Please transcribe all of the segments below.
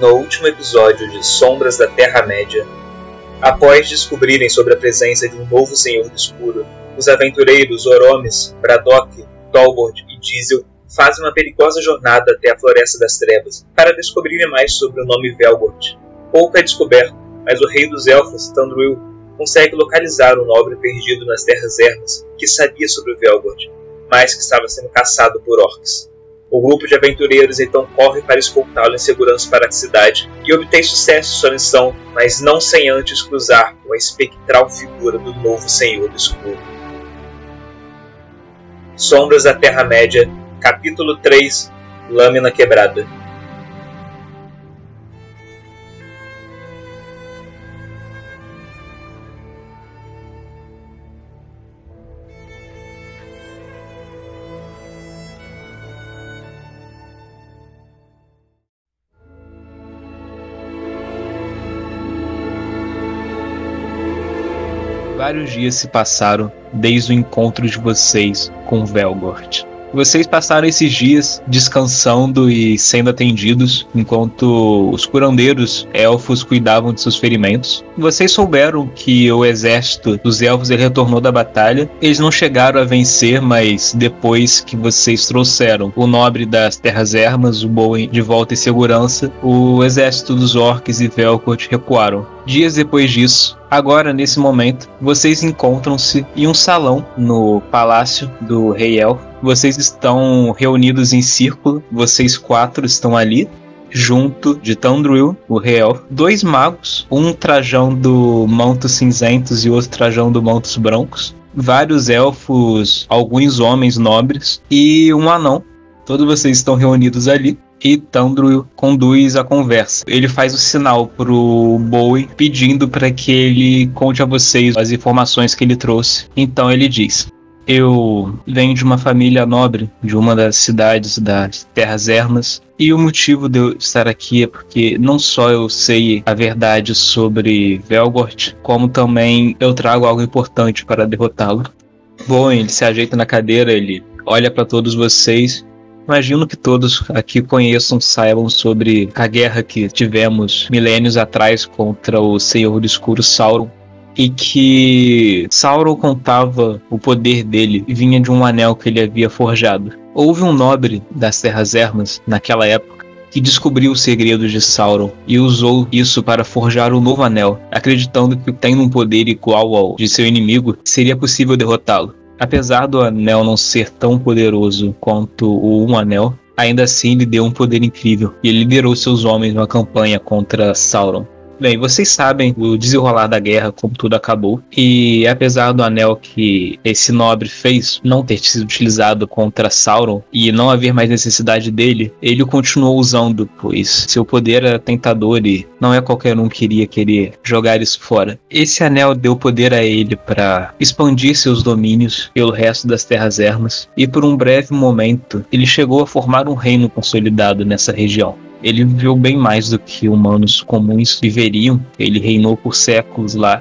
no último episódio de Sombras da Terra-média. Após descobrirem sobre a presença de um novo Senhor do Escuro, os aventureiros Oromes, Braddock, Tolbert e Diesel fazem uma perigosa jornada até a Floresta das Trevas para descobrirem mais sobre o nome Velgort. Pouco é descoberto, mas o rei dos elfos, Thranduil, consegue localizar um nobre perdido nas Terras Ermas que sabia sobre o Velgort, mas que estava sendo caçado por orcs. O grupo de aventureiros então corre para escoltá-lo em segurança para a cidade e obtém sucesso em sua missão, mas não sem antes cruzar com a espectral figura do novo Senhor do Escuro. Sombras da Terra-média, capítulo 3, Lâmina Quebrada. Vários dias se passaram desde o encontro de vocês com Velgort. Vocês passaram esses dias descansando e sendo atendidos, enquanto os curandeiros elfos cuidavam de seus ferimentos. Vocês souberam que o exército dos elfos ele retornou da batalha. Eles não chegaram a vencer, mas depois que vocês trouxeram o nobre das Terras Ermas, o Bowen, de volta em segurança, o exército dos orcs e Velgort recuaram. Dias depois disso, agora nesse momento, vocês encontram-se em um salão no palácio do rei elfo. Vocês estão reunidos em círculo, vocês 4 estão ali, junto de Thranduil, o rei elfo, 2 magos, um trajando mantos cinzentos e outro trajando mantos brancos, vários elfos, alguns homens nobres e um anão. Todos vocês estão reunidos ali. E Thranduil conduz a conversa. Ele faz o sinal pro Bowen pedindo para que ele conte a vocês as informações que ele trouxe. Então ele diz: eu venho de uma família nobre, de uma das cidades das Terras Ermas, e o motivo de eu estar aqui é porque não só eu sei a verdade sobre Velgort, como também eu trago algo importante para derrotá-lo. Bowen, ele se ajeita na cadeira, ele olha para todos vocês. Imagino que todos aqui conheçam, saibam sobre a guerra que tivemos milênios atrás contra o Senhor do Escuro Sauron, e que Sauron contava o poder dele e vinha de um anel que ele havia forjado. Houve um nobre das Terras Ermas, naquela época, que descobriu os segredos de Sauron e usou isso para forjar um novo anel, acreditando que tendo um poder igual ao de seu inimigo, seria possível derrotá-lo. Apesar do anel não ser tão poderoso quanto o Um Anel, ainda assim ele deu um poder incrível e ele liderou seus homens numa campanha contra Sauron. Bem, vocês sabem o desenrolar da guerra, como tudo acabou, e apesar do anel que esse nobre fez não ter sido utilizado contra Sauron e não haver mais necessidade dele, ele o continuou usando, pois seu poder era tentador e não é qualquer um que iria querer jogar isso fora. Esse anel deu poder a ele para expandir seus domínios pelo resto das Terras Ermas, e por um breve momento ele chegou a formar um reino consolidado nessa região. Ele viveu bem mais do que humanos comuns viveriam, ele reinou por séculos lá,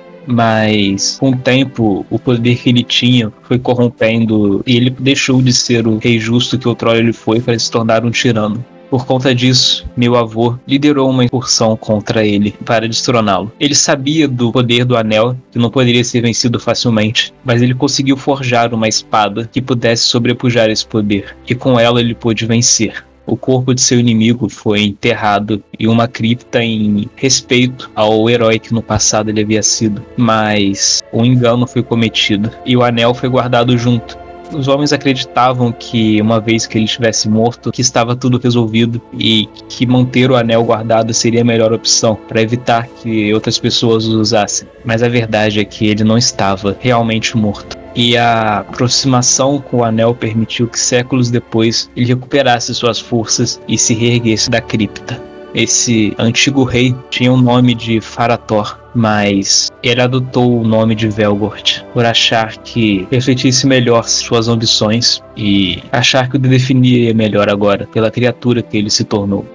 mas com o tempo o poder que ele tinha foi corrompendo e ele deixou de ser o rei justo que outrora ele foi para se tornar um tirano. Por conta disso, meu avô liderou uma incursão contra ele para destroná-lo. Ele sabia do poder do anel, que não poderia ser vencido facilmente, mas ele conseguiu forjar uma espada que pudesse sobrepujar esse poder, e com ela ele pôde vencer. O corpo de seu inimigo foi enterrado em uma cripta em respeito ao herói que no passado ele havia sido, mas um engano foi cometido e o anel foi guardado junto. Os homens acreditavam que, uma vez que ele estivesse morto, que estava tudo resolvido e que manter o anel guardado seria a melhor opção para evitar que outras pessoas o usassem. Mas a verdade é que ele não estava realmente morto. E a aproximação com o anel permitiu que séculos depois ele recuperasse suas forças e se reerguesse da cripta. Esse antigo rei tinha o nome de Farator, mas ele adotou o nome de Velgort por achar que refletisse melhor suas ambições e achar que o definia melhor agora pela criatura que ele se tornou.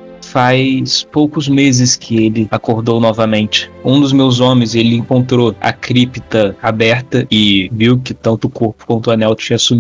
Faz poucos meses que ele acordou novamente. Um dos meus homens, ele encontrou a cripta aberta e viu que tanto o corpo quanto o anel tinha sumido.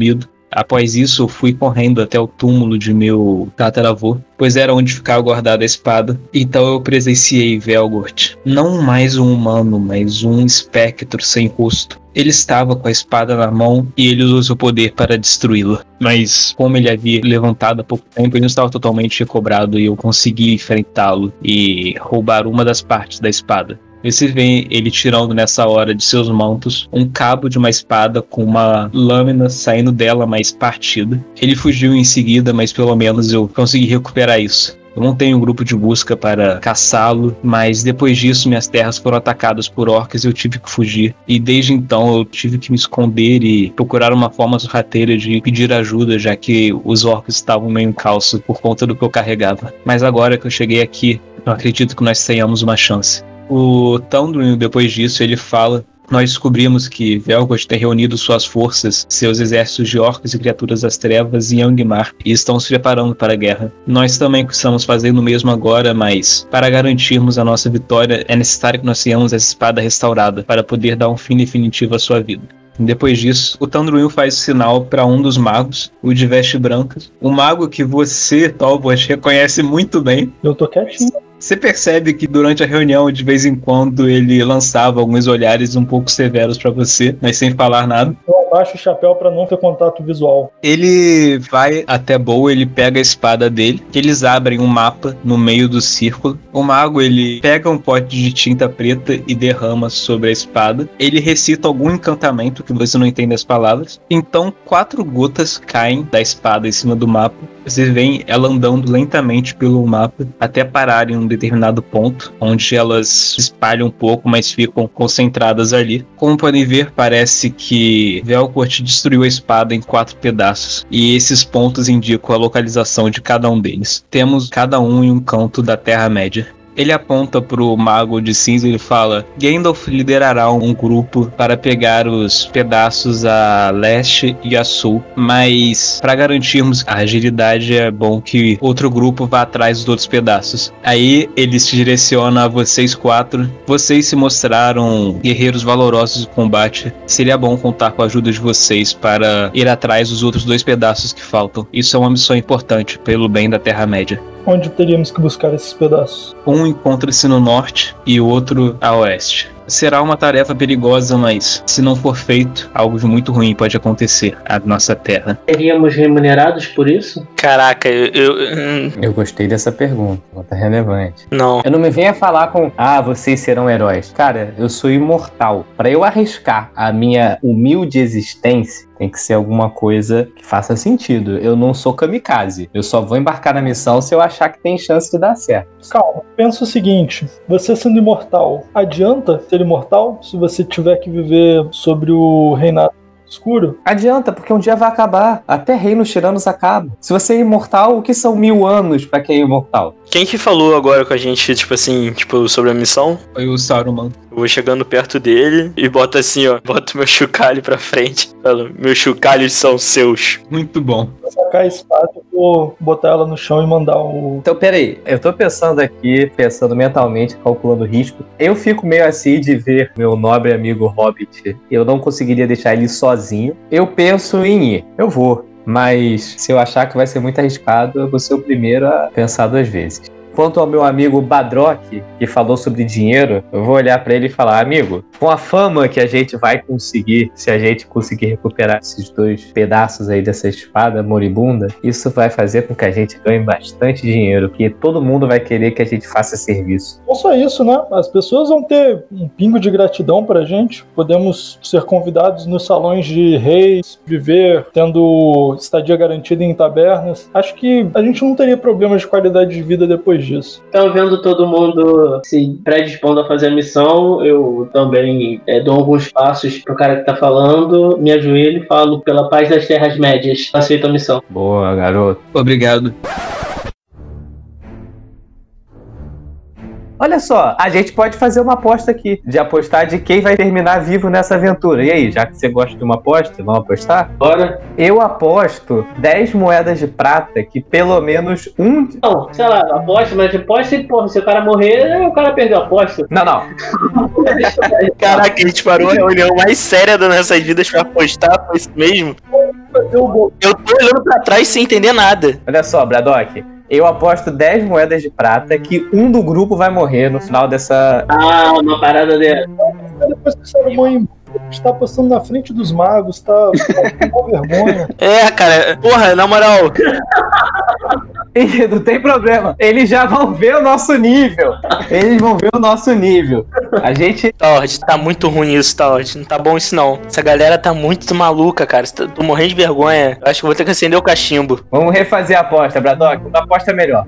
Após isso, eu fui correndo até o túmulo de meu tataravô, pois era onde ficava guardada a espada. Então eu presenciei Velgort, não mais um humano, mas um espectro sem rosto. Ele estava com a espada na mão e ele usou seu poder para destruí-la. Mas como ele havia levantado há pouco tempo, ele não estava totalmente recobrado e eu consegui enfrentá-lo e roubar uma das partes da espada. Você vê ele tirando nessa hora de seus mantos um cabo de uma espada com uma lâmina saindo dela mais partida. Ele fugiu em seguida, mas pelo menos eu consegui recuperar isso. Eu não tenho um grupo de busca para caçá-lo, mas depois disso minhas terras foram atacadas por orcs e eu tive que fugir. E desde então eu tive que me esconder e procurar uma forma sorrateira de pedir ajuda, já que os orcs estavam meio em calço por conta do que eu carregava. Mas agora que eu cheguei aqui, eu acredito que nós tenhamos uma chance. O Thundrin, depois disso, ele fala: nós descobrimos que Velgort tem reunido suas forças, seus exércitos de orcs e criaturas das trevas em Angmar e estão se preparando para a guerra. Nós também estamos fazendo o mesmo agora, mas para garantirmos a nossa vitória é necessário que nós tenhamos essa espada restaurada para poder dar um fim definitivo à sua vida. Depois disso, o Thundrin faz o sinal para um dos magos, o de veste branca, um mago que você, Talbot, reconhece muito bem. Eu tô quietinho. Você percebe que durante a reunião, de vez em quando, ele lançava alguns olhares um pouco severos pra você, mas sem falar nada. Eu abaixo o chapéu pra não ter contato visual. Ele vai até Bo, ele pega a espada dele, que eles abrem um mapa no meio do círculo. O mago, ele pega um pote de tinta preta e derrama sobre a espada. Ele recita algum encantamento que você não entende as palavras. Então, 4 gotas caem da espada em cima do mapa. Vocês veem ela andando lentamente pelo mapa até parar em um determinado ponto, onde elas se espalham um pouco, mas ficam concentradas ali. Como podem ver, parece que Velgort destruiu a espada em 4 pedaços, e esses pontos indicam a localização de cada um deles. Temos cada um em um canto da Terra-média. Ele aponta pro mago de cinza e ele fala: Gandalf liderará um grupo para pegar os pedaços a leste e a sul, mas para garantirmos a agilidade é bom que outro grupo vá atrás dos outros pedaços. Aí ele se direciona a vocês 4. Vocês se mostraram guerreiros valorosos de combate. Seria bom contar com a ajuda de vocês para ir atrás dos outros 2 pedaços que faltam. Isso é uma missão importante pelo bem da Terra-média. Onde teríamos que buscar esses pedaços? Um encontra-se no norte e o outro a oeste. Será uma tarefa perigosa, mas se não for feito, algo de muito ruim pode acontecer à nossa terra. Seríamos remunerados por isso? Caraca, Eu gostei dessa pergunta, tá relevante. Não. Eu não me venha falar com, vocês serão heróis. Cara, eu sou imortal. Pra eu arriscar a minha humilde existência, tem que ser alguma coisa que faça sentido. Eu não sou kamikaze. Eu só vou embarcar na missão se eu achar que tem chance de dar certo. Calma, pensa o seguinte: você sendo imortal, adianta ser imortal se você tiver que viver sobre o reinado escuro? Adianta, porque um dia vai acabar. Até reinos tiranos acabam. Se você é imortal, o que são 1000 anos pra quem é imortal? Quem que falou agora com a gente, sobre a missão? Foi o Saruman. Eu vou chegando perto dele e boto assim, ó. Boto meu chocalho pra frente. Falo, meus chocalhos são seus. Muito bom. Vou sacar a espada e vou botar ela no chão e mandar o... Então, peraí. Eu tô pensando aqui, pensando mentalmente, calculando o risco. Eu fico meio assim de ver meu nobre amigo Hobbit. Eu não conseguiria deixar ele sozinho. Eu penso em ir. Eu vou. Mas se eu achar que vai ser muito arriscado, eu vou ser o primeiro a pensar 2 vezes. Quanto ao meu amigo Badrock, que falou sobre dinheiro, eu vou olhar pra ele e falar: amigo, com a fama que a gente vai conseguir, se a gente conseguir recuperar esses 2 pedaços aí dessa espada moribunda, isso vai fazer com que a gente ganhe bastante dinheiro, porque todo mundo vai querer que a gente faça serviço. Não só isso, né? As pessoas vão ter um pingo de gratidão pra gente. Podemos ser convidados nos salões de reis, viver tendo estadia garantida em tabernas. Acho que a gente não teria problemas de qualidade de vida depois disso. Então, vendo todo mundo se predispondo a fazer a missão, eu também dou alguns passos pro cara que tá falando, me ajoelho e falo: pela paz das Terras-médias, aceito a missão. Boa, garoto. Obrigado. Olha só, a gente pode fazer uma aposta aqui, de apostar de quem vai terminar vivo nessa aventura. E aí, já que você gosta de uma aposta, vamos apostar? Bora. Eu aposto 10 moedas de prata que pelo menos um... Não, sei lá, aposta, mas aposta e, porra, se o cara morrer, o cara perdeu a aposta. Não. Caraca, a gente parou a reunião mais séria das nossas vidas pra apostar, foi isso mesmo? Eu tô olhando pra trás sem entender nada. Olha só, Braddock. Eu aposto 10 moedas de prata que um do grupo vai morrer no final dessa... Ah, uma parada dessa. Depois que o Saruman está passando na frente dos magos, tá com vergonha. É, cara, porra, na moral. Não tem problema. Eles já vão ver o nosso nível. Eles vão ver o nosso nível. A gente... Tord, tá muito ruim isso, Tord. Não tá bom isso, não. Essa galera tá muito maluca, cara. Tô morrendo de vergonha. Eu acho que vou ter que acender o cachimbo. Vamos refazer a aposta, Braddock. Uma aposta melhor.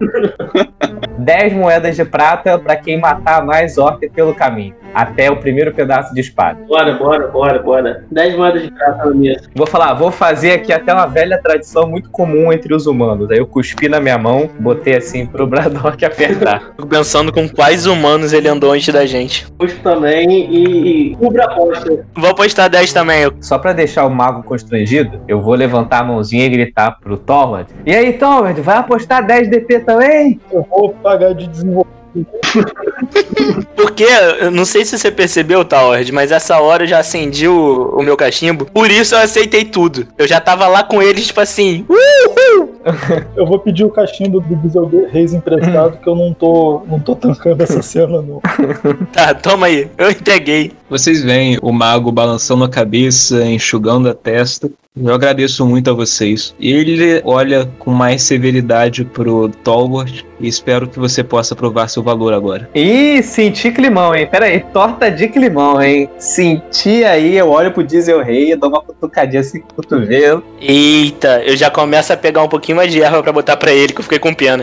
10 moedas de prata pra quem matar mais orc pelo caminho. Até o primeiro pedaço de espada. Bora. 10 moedas de prata na mesa. Vou fazer aqui até uma velha tradição muito comum entre os humanos. Aí eu cuspi na minha mão, botei assim pro Braddock apertar. Fico pensando com quais humanos ele andou antes da gente. Puxo também e cubra a aposta. Vou apostar 10 também. Só pra deixar o mago constrangido, eu vou levantar a mãozinha e gritar pro Torward. E aí, Torward, vai apostar 10 DP também? Eu vou pagar de desenvolvimento. Porque, eu não sei se você percebeu, Tord, mas essa hora eu já acendi o meu cachimbo. Por isso eu aceitei tudo. Eu já tava lá com eles, tipo assim. Eu vou pedir o cachimbo do Bisel Reis emprestado, que eu não tô tancando essa cena, não. Tá, toma aí. Eu entreguei. Vocês veem o mago balançando a cabeça, enxugando a testa. Eu agradeço muito a vocês. Ele olha com mais severidade pro Talbot e espero que você possa provar seu valor agora. Ih, senti climão, hein? Pera aí, torta de climão, hein? Senti aí, eu olho pro Diesel Rei, dou uma cutucadinha assim com o cotovelo. Eita, eu já começo a pegar um pouquinho mais de erva pra botar pra ele, que eu fiquei com pena.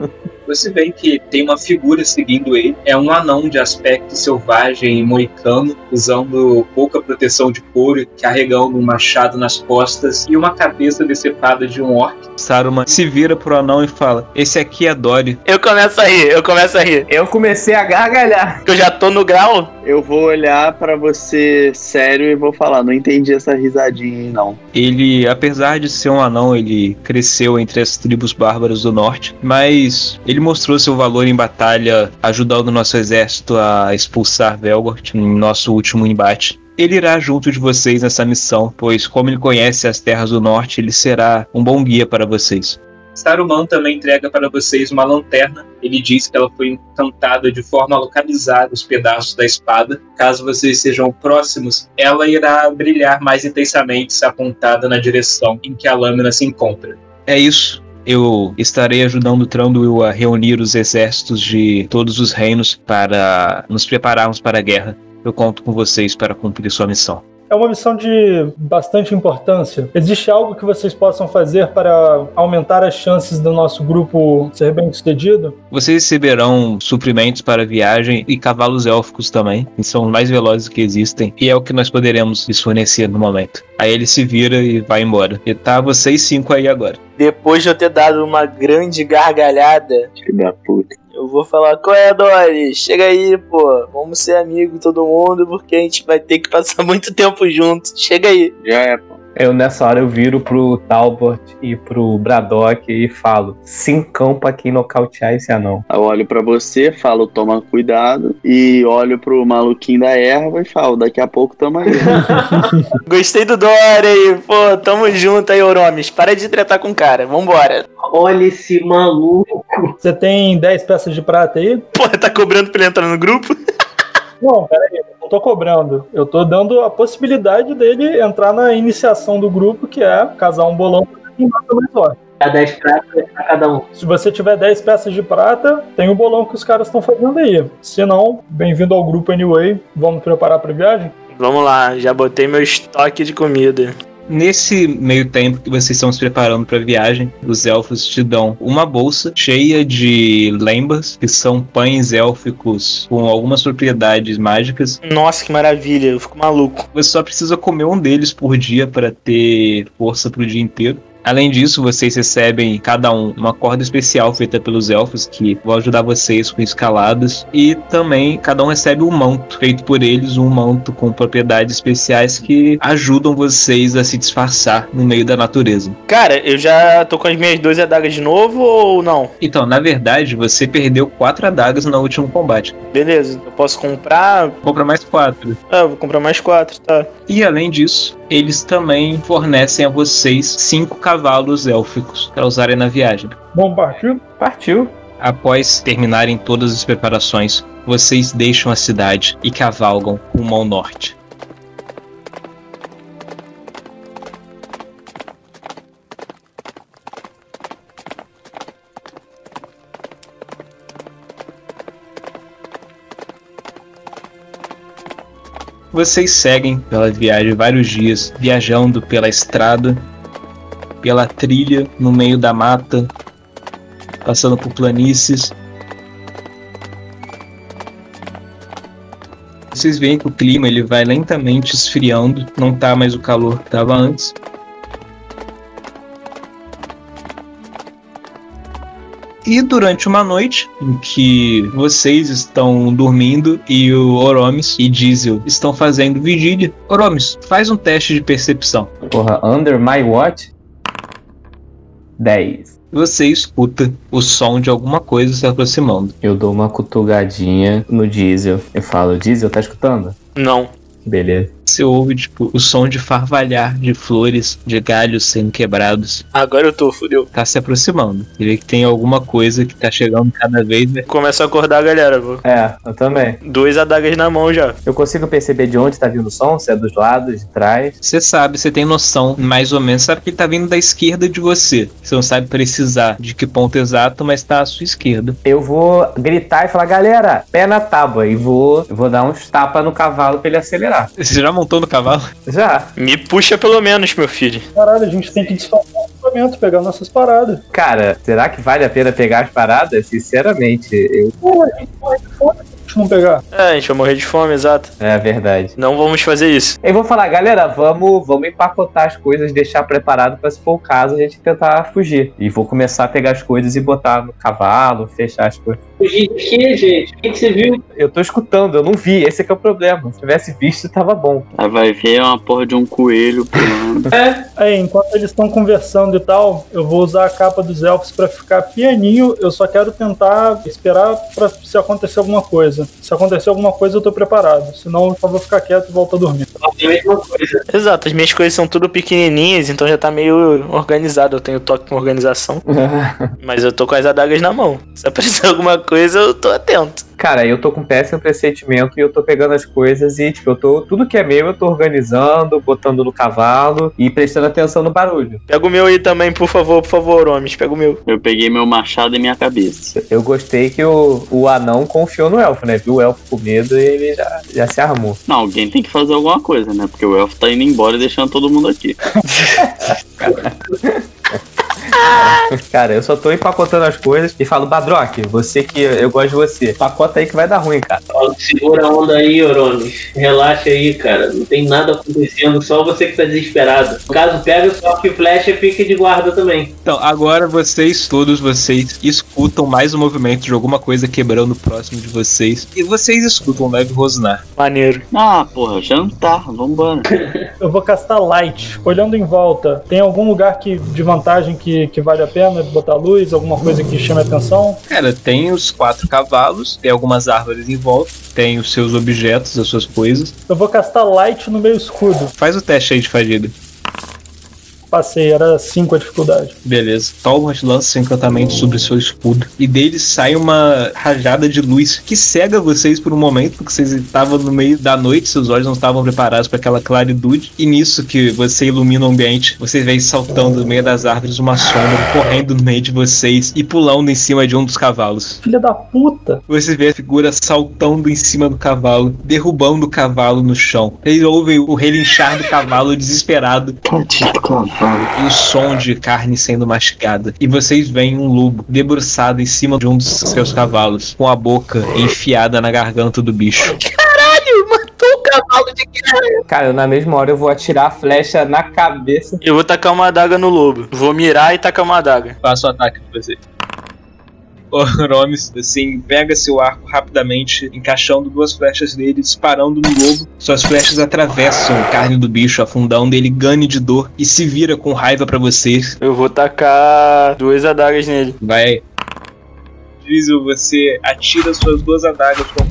Você vê que tem uma figura seguindo ele. É um anão de aspecto selvagem e moicano, usando pouca proteção de couro, carregando um machado nas costas e uma cabeça decepada de um orc. Saruman se vira pro anão e fala: esse aqui é Dory. Eu começo a rir. Eu comecei a gargalhar. Que eu já tô no grau. Eu vou olhar pra você sério e vou falar, não entendi essa risadinha aí, não. Ele, apesar de ser um anão, ele cresceu entre as tribos bárbaras do norte, mas ele mostrou seu valor em batalha, ajudando nosso exército a expulsar Velgort em nosso último embate. Ele irá junto de vocês nessa missão, pois como ele conhece as terras do norte, ele será um bom guia para vocês. Saruman também entrega para vocês uma lanterna. Ele diz que ela foi encantada de forma a localizar os pedaços da espada. Caso vocês sejam próximos, ela irá brilhar mais intensamente se apontada na direção em que a lâmina se encontra. É isso. Eu estarei ajudando o Thranduil a reunir os exércitos de todos os reinos para nos prepararmos para a guerra. Eu conto com vocês para cumprir sua missão. É uma missão de bastante importância. Existe algo que vocês possam fazer para aumentar as chances do nosso grupo ser bem sucedido? Vocês receberão suprimentos para a viagem e cavalos élficos também, que são os mais velozes que existem, e é o que nós poderemos lhes fornecer no momento. Aí ele se vira e vai embora. E tá vocês 5 aí agora. Depois de eu ter dado uma grande gargalhada, Filho da puta. eu vou falar: qual é, Dory? Chega aí, pô. Vamos ser amigos todo mundo, porque a gente vai ter que passar muito tempo junto. Chega aí. Já é, pô. Nessa hora eu viro pro Talbot e pro Braddock e falo: cincão pra quem nocautear esse anão. Eu olho pra você, falo, toma cuidado. E olho pro maluquinho da erva e falo, daqui a pouco tamo aí. Gostei do Dory aí. Pô, tamo junto aí, Oromes. Para de tretar com o cara. Vambora. Olha esse maluco. Você tem 10 peças de prata aí? Pô, tá cobrando pra ele entrar no grupo? Não, peraí, eu não tô cobrando. Eu tô dando a possibilidade dele entrar na iniciação do grupo, que é casar um bolão pra quem mata mais orc. Dá 10 pratas pra cada um. Se você tiver 10 peças de prata, tem o bolão que os caras estão fazendo aí. Se não, bem-vindo ao grupo anyway. Vamos preparar pra viagem? Vamos lá, já botei meu estoque de comida. Nesse meio tempo que vocês estão se preparando para a viagem, os elfos te dão uma bolsa cheia de lembas, que são pães élficos com algumas propriedades mágicas. Nossa, que maravilha, eu fico maluco. Você só precisa comer um deles por dia para ter força pro dia inteiro. Além disso, vocês recebem, cada um, uma corda especial feita pelos elfos, que vão ajudar vocês com escaladas. E também, cada um recebe um manto, feito por eles, um manto com propriedades especiais que ajudam vocês a se disfarçar no meio da natureza. Cara, eu já tô com as minhas 2 adagas de novo ou não? Então, na verdade, você perdeu 4 adagas no último combate. Beleza, eu posso comprar... Compra mais 4. Ah, eu vou comprar mais 4, tá. E além disso, eles também fornecem a vocês 5 cavalos élficos para usarem na viagem. Bom, partiu? Partiu. Após terminarem todas as preparações, vocês deixam a cidade e cavalgam rumo ao norte. Vocês seguem pela viagem vários dias, viajando pela estrada, pela trilha, no meio da mata, passando por planícies. Vocês veem que o clima ele vai lentamente esfriando, não tá mais o calor que estava antes. E durante uma noite em que vocês estão dormindo e o Oromis e Diesel estão fazendo vigília, Oromis, faz um teste de percepção. Porra, under my watch? 10. Você escuta o som de alguma coisa se aproximando. Eu dou uma cutugadinha no Diesel. Eu falo, Diesel, tá escutando? Não. Beleza. Você ouve, tipo, o som de farvalhar de flores, de galhos sendo quebrados. Agora eu tô, fudeu. Tá se aproximando. Você vê que tem alguma coisa que tá chegando cada vez mais. Começa a acordar a galera, pô. É, eu também. 2 adagas na mão já. Eu consigo perceber de onde tá vindo o som, se é dos lados, de trás. Você sabe, você tem noção, mais ou menos, sabe que ele tá vindo da esquerda de você. Você não sabe precisar de que ponto exato, mas tá à sua esquerda. Eu vou gritar e falar, galera, pé na tábua. E vou dar uns tapas no cavalo pra ele acelerar. Você já montou no cavalo? Já. Me puxa pelo menos, meu filho. Caralho, a gente tem que desfazer o equipamento, pegar nossas paradas. Cara, será que vale a pena pegar as paradas? Sinceramente, eu... Pô, a gente vai de fome se a gente não pegar. É, a gente vai morrer de fome, exato. É verdade. Não vamos fazer isso. Eu vou falar, galera, vamos empacotar as coisas, deixar preparado pra, se for o caso, a gente tentar fugir. E vou começar a pegar as coisas e botar no cavalo, fechar as coisas. Fugir de quê, gente? O que você viu? Eu tô escutando, eu não vi, esse é que é o problema. Se tivesse visto, tava bom. Aí vai ver uma porra de um coelho pulando. Aí, enquanto eles estão conversando e tal, eu vou usar a capa dos elfos pra ficar pianinho. Eu só quero tentar esperar pra se acontecer alguma coisa. Se acontecer alguma coisa, eu tô preparado. Senão, eu só vou ficar quieto e volto a dormir. É a mesma coisa. Exato, as minhas coisas são tudo pequenininhas, então já tá meio organizado. Eu tenho toque com organização. Mas eu tô com as adagas na mão. Se aparecer alguma coisa, eu tô atento. Cara, eu tô com péssimo pressentimento e eu tô pegando as coisas e, tipo, tudo que é meu eu tô organizando, botando no cavalo e prestando atenção no barulho. Pega o meu aí também, por favor, homens. Pega o meu. Eu peguei meu machado e minha cabeça. Eu gostei que o anão confiou no elfo, né? Viu o elfo com medo e ele já se armou. Não, alguém tem que fazer alguma coisa, né? Porque o elfo tá indo embora e deixando todo mundo aqui. Cara, eu só tô empacotando as coisas e falo, Badrock, você que eu gosto de você. Pacota aí que vai dar ruim, cara. Segura a onda aí, Oromis. Relaxa aí, cara. Não tem nada acontecendo, só você que tá desesperado. No caso, pega só que flecha e fica de guarda também. Então, agora todos vocês, escutam mais um movimento de alguma coisa quebrando próximo de vocês. E vocês escutam um leve rosnar. Maneiro. Ah, porra, jantar, vambora. Eu vou castar Light. Olhando em volta, tem algum lugar de vantagem que vale a pena botar luz? Alguma coisa que chame a atenção? Cara, tem os 4 cavalos, tem algumas árvores em volta, tem os seus objetos, as suas coisas. Eu vou castar Light no meio escudo. Faz o teste aí de fadiga. Passei, era 5 a dificuldade. Beleza. Talbot lança seu encantamento sobre seu escudo. E dele sai uma rajada de luz que cega vocês por um momento, porque vocês estavam no meio da noite, seus olhos não estavam preparados para aquela claridade. E nisso que você ilumina o ambiente, vocês veem saltando no meio das árvores uma sombra, correndo no meio de vocês e pulando em cima de um dos cavalos. Filha da puta! Você vê a figura saltando em cima do cavalo, derrubando o cavalo no chão. Eles ouvem o relinchar do cavalo desesperado. Tadinho, cavalo. E o som de carne sendo mastigada. E vocês veem um lobo debruçado em cima de um dos seus cavalos, com a boca enfiada na garganta do bicho. Caralho, matou o cavalo de guerra. Cara, na mesma hora eu vou atirar a flecha na cabeça. Eu vou tacar uma adaga no lobo. Vou mirar e tacar uma adaga. Faça o ataque de você. Oromis, assim, pega seu arco rapidamente, encaixando 2 flechas dele, disparando no lobo. Suas flechas atravessam a carne do bicho, afundando ele, gane de dor e se vira com raiva pra vocês. Eu vou tacar 2 adagas nele. Vai. Diesel, você atira suas 2 adagas contra o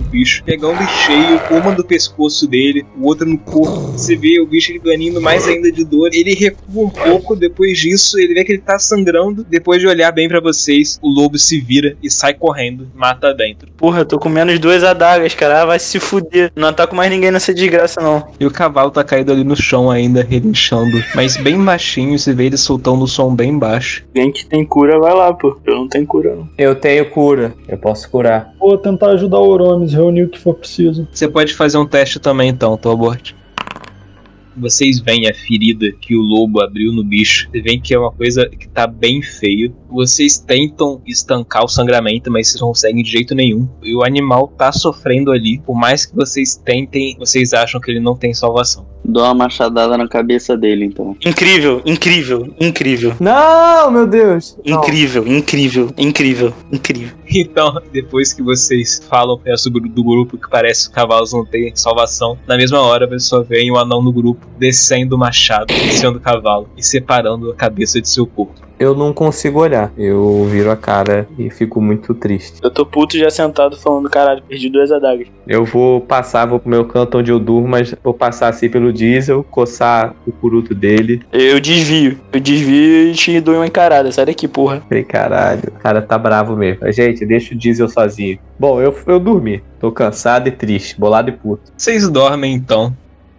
bicho, pegando em cheio, uma do pescoço dele, o outro no corpo. Você vê o bicho ele ganhando mais ainda de dor. Ele recua um pouco, depois disso, ele vê que ele tá sangrando. Depois de olhar bem pra vocês, o lobo se vira e sai correndo, mata dentro. Porra, eu tô com menos 2 adagas, cara. Vai se fuder. Não ataco mais ninguém nessa desgraça, não. E o cavalo tá caído ali no chão ainda, relinchando. Mas bem baixinho, você vê ele soltando o som bem baixo. Alguém que tem cura, vai lá, pô. Eu não tenho cura, não. Eu tenho cura, eu posso curar. Vou tentar ajudar o Oromes, reunir o que for preciso. Você pode fazer um teste também então, Tolbort. Vocês veem a ferida que o lobo abriu no bicho. Vocês veem que é uma coisa que tá bem feio. Vocês tentam estancar o sangramento, mas vocês não conseguem de jeito nenhum. E o animal tá sofrendo ali. Por mais que vocês tentem, vocês acham que ele não tem salvação. Dou uma machadada na cabeça dele, então. Incrível, incrível, incrível. Não, meu Deus! Incrível, incrível, incrível, incrível. Então, depois que vocês falam pro resto do grupo que parece que os cavalos não têm salvação, na mesma hora a pessoa vem o anão do grupo descendo o machado, descendo o cavalo e separando a cabeça de seu corpo. Eu não consigo olhar. Eu viro a cara e fico muito triste. Eu tô puto já sentado falando, caralho, perdi 2 adagas. Eu vou pro meu canto onde eu durmo, mas vou passar assim pelo Diesel, coçar o curuto dele. Eu desvio e te dou uma encarada. Sai daqui, porra. Falei, caralho, o cara tá bravo mesmo. Gente, deixa o Diesel sozinho. Bom, eu dormi. Tô cansado e triste, bolado e puto. Vocês dormem então.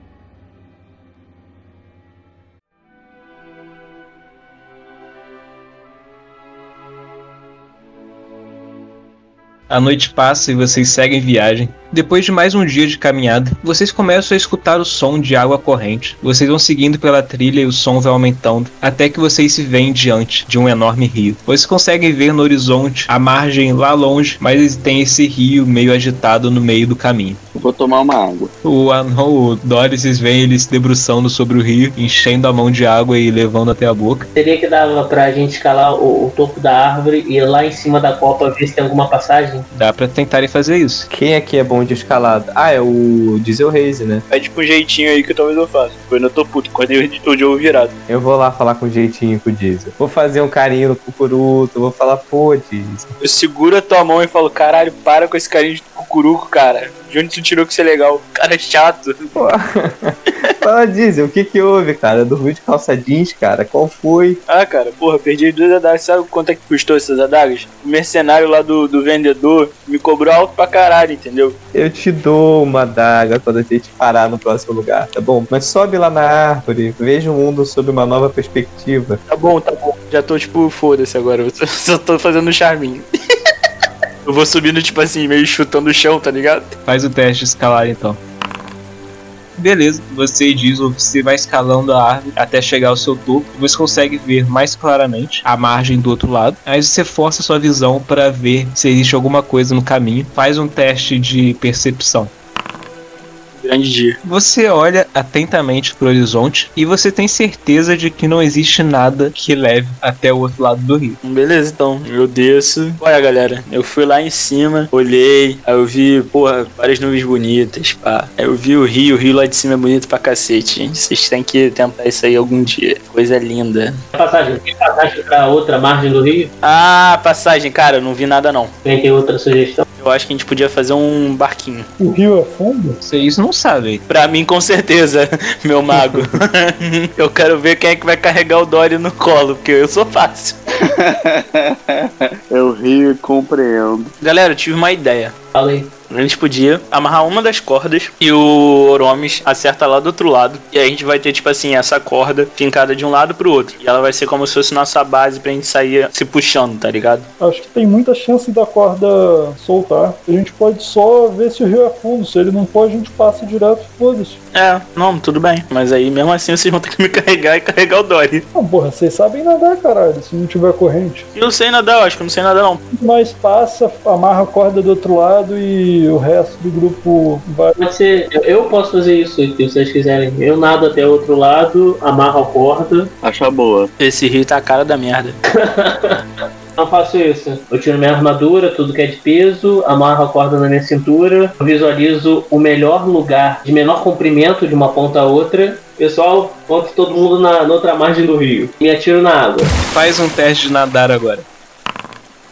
A noite passa e vocês seguem viagem. Depois de mais um dia de caminhada, vocês começam a escutar o som de água corrente. Vocês vão seguindo pela trilha e o som vai aumentando, até que vocês se veem diante de um enorme rio. Vocês conseguem ver no horizonte a margem lá longe, mas tem esse rio meio agitado no meio do caminho. Eu vou tomar uma água. O anão, o Dory, vocês veem ele se debruçando sobre o rio, enchendo a mão de água e levando até a boca. Seria que dava pra gente escalar o topo da árvore e ir lá em cima da copa ver se tem alguma passagem? Dá pra tentarem fazer isso. Quem aqui é bom de escalada? Ah, é o Diesel Raze, né? É tipo um jeitinho aí que talvez eu faça. Eu ainda tô puto, quando o jogo virado. Eu vou lá falar com jeitinho com o Diesel. Vou fazer um carinho no cucuruto, vou falar, pô, Diesel. Eu seguro a tua mão e falo, caralho, para com esse carinho de cucuruco, cara. De onde tu tirou que isso é legal? Cara, é chato. Pô. Fala, Diesel, o que houve, cara? Dormiu de calça jeans, cara? Qual foi? Ah, cara, porra, perdi 2 adagas. Sabe quanto é que custou essas adagas? O mercenário lá do vendedor me cobrou alto pra caralho, entendeu? Eu te dou uma adaga quando a gente parar no próximo lugar, tá bom? Mas sobe lá na árvore, veja o mundo sob uma nova perspectiva. Tá bom, tá bom. Já tô, tipo, foda-se agora. Eu só tô fazendo um charminho. Eu vou subindo, tipo assim, meio chutando o chão, tá ligado? Faz o teste de escalar então. Beleza, você diz, você vai escalando a árvore até chegar ao seu topo. Você consegue ver mais claramente a margem do outro lado. Aí você força sua visão para ver se existe alguma coisa no caminho. Faz um teste de percepção. Grande dia. Você olha atentamente pro horizonte e você tem certeza de que não existe nada que leve até o outro lado do rio. Beleza, então. Eu desço. Olha, galera, eu fui lá em cima, olhei, aí eu vi, porra, várias nuvens bonitas, pá. Aí eu vi o rio lá de cima é bonito pra cacete, gente. Vocês têm que tentar isso aí algum dia. Coisa linda. Tem passagem pra outra margem do rio? Ah, passagem, cara, eu não vi nada não. Tem outra sugestão? Eu acho que a gente podia fazer um barquinho. O rio é fundo? Vocês não sabem. Pra mim, com certeza, meu mago. Eu quero ver quem é que vai carregar o Dory no colo, porque eu sou fácil. Eu rio e compreendo. Galera, eu tive uma ideia. Fala aí. A gente podia amarrar uma das cordas e o Oromes acerta lá do outro lado. E aí a gente vai ter, tipo assim, essa corda fincada de um lado pro outro. E ela vai ser como se fosse nossa base pra gente sair se puxando, tá ligado? Acho que tem muita chance da corda soltar. A gente pode só ver se o rio é fundo. Se ele não for, a gente passa direto, foda-se. É, não, tudo bem. Mas aí mesmo assim vocês vão ter que me carregar e carregar o Dory. Não, porra, vocês sabem nadar, caralho, se não tiver corrente. Eu não sei nadar, eu acho que eu não sei nadar não. Mas passa, amarra a corda do outro lado e o resto do grupo vai. Pode ser, eu posso fazer isso se vocês quiserem. Eu nado até o outro lado, amarro a corda. Acha boa. Esse rio tá a cara da merda. Não faço isso. Eu tiro minha armadura, tudo que é de peso, amarro a corda na minha cintura, visualizo o melhor lugar de menor comprimento de uma ponta a outra. Pessoal, boto todo mundo na outra margem do rio. Me atiro na água. Faz um teste de nadar agora.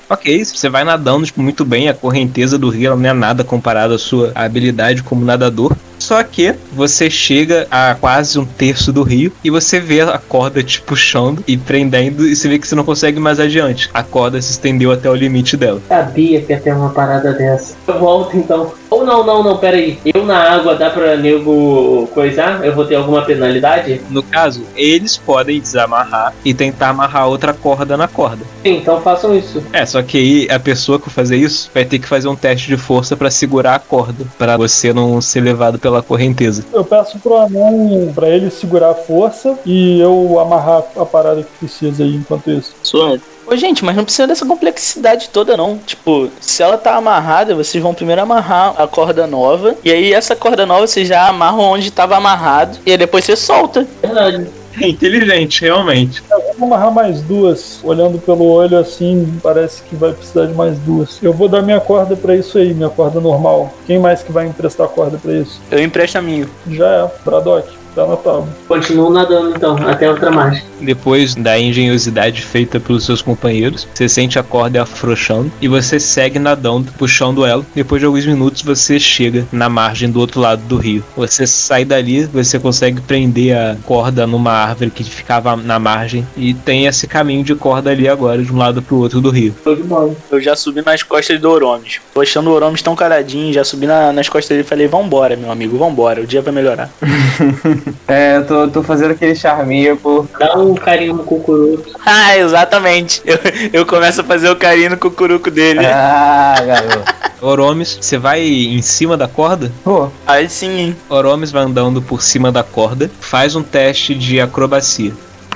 Ok, você vai nadando tipo, muito bem, a correnteza do rio ela não é nada comparada à sua habilidade como nadador. Só que você chega a quase um terço do rio e você vê a corda te puxando e prendendo e você vê que você não consegue ir mais adiante. A corda se estendeu até o limite dela. Sabia que ia ter uma parada dessa. Eu volto então. Ou não, pera aí. Eu na água dá pra nego coisar? Eu vou ter alguma penalidade? No caso, eles podem desamarrar e tentar amarrar outra corda na corda. Sim, então façam isso. Só que aí a pessoa que for fazer isso vai ter que fazer um teste de força pra segurar a corda, pra você não ser levado pela correnteza. Eu peço pro anão pra ele segurar a força e eu amarrar a parada que precisa aí enquanto isso. Suave. Ô, gente, mas não precisa dessa complexidade toda, não. Tipo, se ela tá amarrada, vocês vão primeiro amarrar a corda nova. E aí, essa corda nova, vocês já amarram onde tava amarrado. E aí, depois você solta. Verdade. É inteligente, realmente. Vamos amarrar mais duas. Olhando pelo olho assim, parece que vai precisar de mais duas. Eu vou dar minha corda pra isso aí, minha corda normal. Quem mais que vai emprestar corda pra isso? Eu empresto a minha. Já é, Braddock. Tá na tábua. Continuo nadando então, até outra margem. Depois da engenhosidade feita pelos seus companheiros, você sente a corda afrouxando e você segue nadando, puxando ela. Depois de alguns minutos, você chega na margem do outro lado do rio. Você sai dali, você consegue prender a corda numa árvore que ficava na margem e tem esse caminho de corda ali agora, de um lado pro outro do rio. Tô de bola. Eu já subi nas costas do Oromes. Tô achando o Oromes tão caradinho, já subi nas costas dele e falei, vambora, meu amigo, vambora, o dia vai melhorar. Eu tô fazendo aquele charminho por... Dá um carinho no cucuruto. Ah, exatamente. Eu começo a fazer o carinho no cucuruco dele. Ah, garoto. Oromes, você vai em cima da corda? Pô, Aí sim, hein. Oromes vai andando por cima da corda, faz um teste de acrobacia.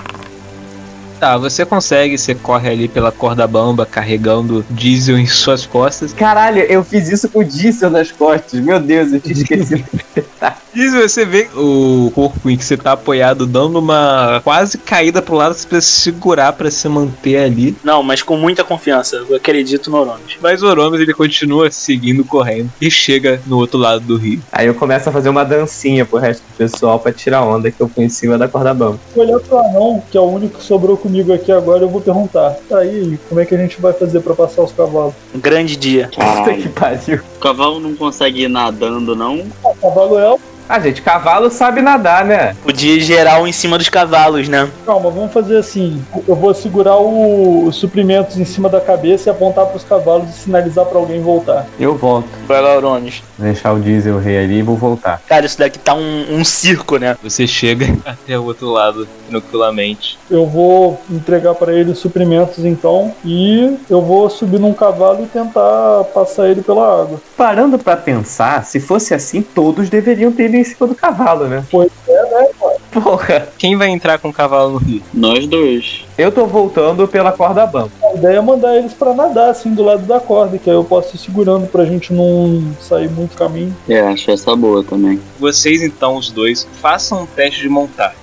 Tá, você consegue, você corre ali pela corda bamba, carregando diesel em suas costas. caralho, eu fiz isso com o Diesel nas costas. Meu Deus, eu tinha esquecido. Diesel, você vê o corpo em que você tá apoiado dando uma quase caída pro lado, você precisa segurar pra se manter ali. Não, mas com muita confiança. Eu acredito no Oromes. Mas o Oromes, ele continua seguindo, correndo, e chega no outro lado do rio. Aí eu começo a fazer uma dancinha pro resto do pessoal pra tirar a onda que eu fui em cima da corda bamba. Vou olhar pro anão, que é o único que sobrou comigo aqui agora, eu vou perguntar. Tá aí, como é que a gente vai fazer pra passar os cavalos? Um grande dia. Puta que pariu. O cavalo não consegue ir nadando, não? O cavalo é... Ah, gente, cavalo sabe nadar, né? Podia ir geral em cima dos cavalos, né? Calma, vamos fazer assim. Eu vou segurar os suprimentos em cima da cabeça e apontar pros cavalos e sinalizar pra alguém voltar. Eu volto. Vai lá, Oromes. Vou deixar o Diesel rei ali e vou voltar. Cara, isso daqui tá um circo, né? Você chega até o outro lado, tranquilamente. Eu vou entregar pra ele os suprimentos então e eu vou subir num cavalo e tentar passar ele pela água. Parando pra pensar, se fosse assim, todos deveriam ter ido em cima do cavalo, né? Pois é, né? Porra. Quem vai entrar com o cavalo no rio? Nós dois. Eu tô voltando pela corda bamba. A ideia é mandar eles pra nadar assim do lado da corda, que aí eu posso ir segurando pra gente não sair muito caminho. Acho essa boa também. Vocês então, os dois, façam um teste de montar.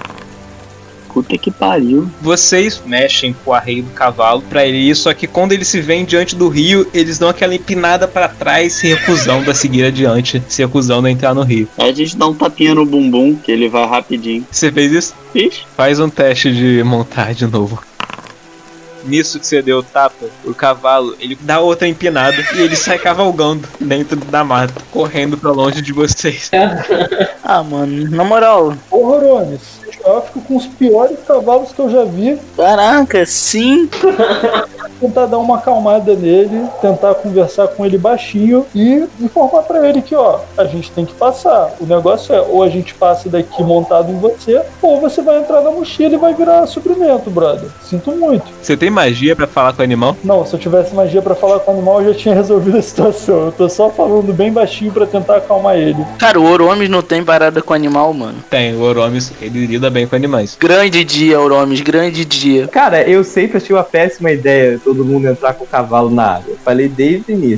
Puta que pariu. Vocês mexem com o arreio do cavalo pra ele ir, só que quando ele se vê diante do rio, eles dão aquela empinada pra trás, se recusando a seguir adiante, se recusando a entrar no rio. Aí a gente dá um tapinha no bumbum, que ele vai rapidinho. Você fez isso? Fiz. Faz um teste de montar de novo. Nisso que você deu o tapa, o cavalo, ele dá outra empinada e ele sai cavalgando dentro da mata, correndo pra longe de vocês. Ah, mano, na moral. Ô Rorones, eu fico com os piores cavalos que eu já vi. Caraca, sim. Tentar dar uma acalmada nele, tentar conversar com ele baixinho e informar pra ele que, ó, a gente tem que passar. O negócio é, ou a gente passa daqui montado em você, ou você vai entrar na mochila e vai virar suprimento, brother. Sinto muito. Você tem magia pra falar com o animal? Não, se eu tivesse magia pra falar com o animal, eu já tinha resolvido a situação. Eu tô só falando bem baixinho pra tentar acalmar ele. Cara, o Oromes não tem parada com animal, mano. Tem, o Oromes, ele lida bem com animais. Grande dia, Oromes, grande dia. Cara, eu sempre achei uma péssima ideia todo mundo entrar com o cavalo na água. Eu falei desde o início.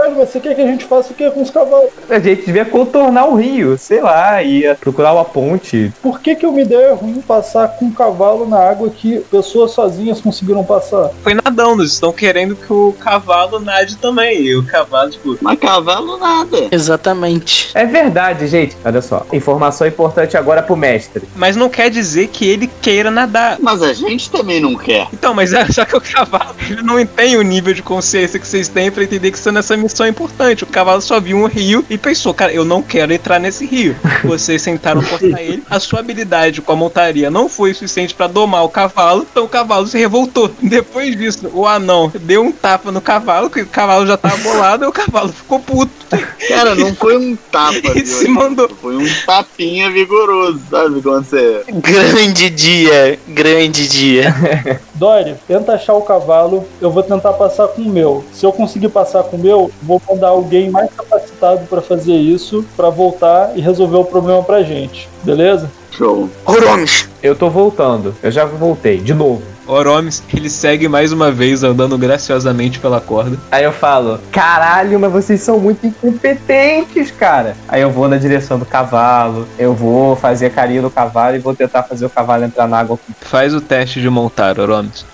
Caralho, você quer que a gente faça o que com os cavalos? A gente devia contornar o rio, sei lá, ia procurar uma ponte. Por que uma ideia é ruim passar com um cavalo na água que pessoas sozinhas conseguiram passar? Foi nadando, eles estão querendo que o cavalo nade também. E o cavalo, tipo. Mas cavalo nada. Exatamente. É verdade, gente. Olha só, informação importante agora pro mestre. Mas não quer dizer que ele queira nadar. Mas a gente também não quer. Então, mas só que o cavalo, ele não tem o nível de consciência que vocês têm pra entender que isso nessa missão é importante. O cavalo só viu um rio e pensou, cara, eu não quero entrar nesse rio. Vocês tentaram cortar ele. A sua habilidade com a montaria não foi suficiente pra domar o cavalo, então o cavalo se revoltou. Depois disso, o anão deu um tapa no cavalo, que o cavalo já tava bolado, e o cavalo ficou puto. Cara, não foi um tapa, Ele se mandou. Foi um tapinha vigoroso, sabe? Quando você... Grande dia, grande dia. Dory, tenta achar o cavalo, eu vou tentar passar com o meu. Se eu conseguir passar com o meu, vou mandar alguém mais capacitado pra fazer isso, pra voltar e resolver o problema pra gente, beleza? Show. Oromes. Eu tô voltando, eu já voltei, de novo. Oromes, ele segue mais uma vez andando graciosamente pela corda. Aí eu falo, caralho, mas vocês são muito incompetentes, cara. Aí eu vou na direção do cavalo, eu vou fazer carinho no cavalo e vou tentar fazer o cavalo entrar na água. Faz o teste de montar, Oromes.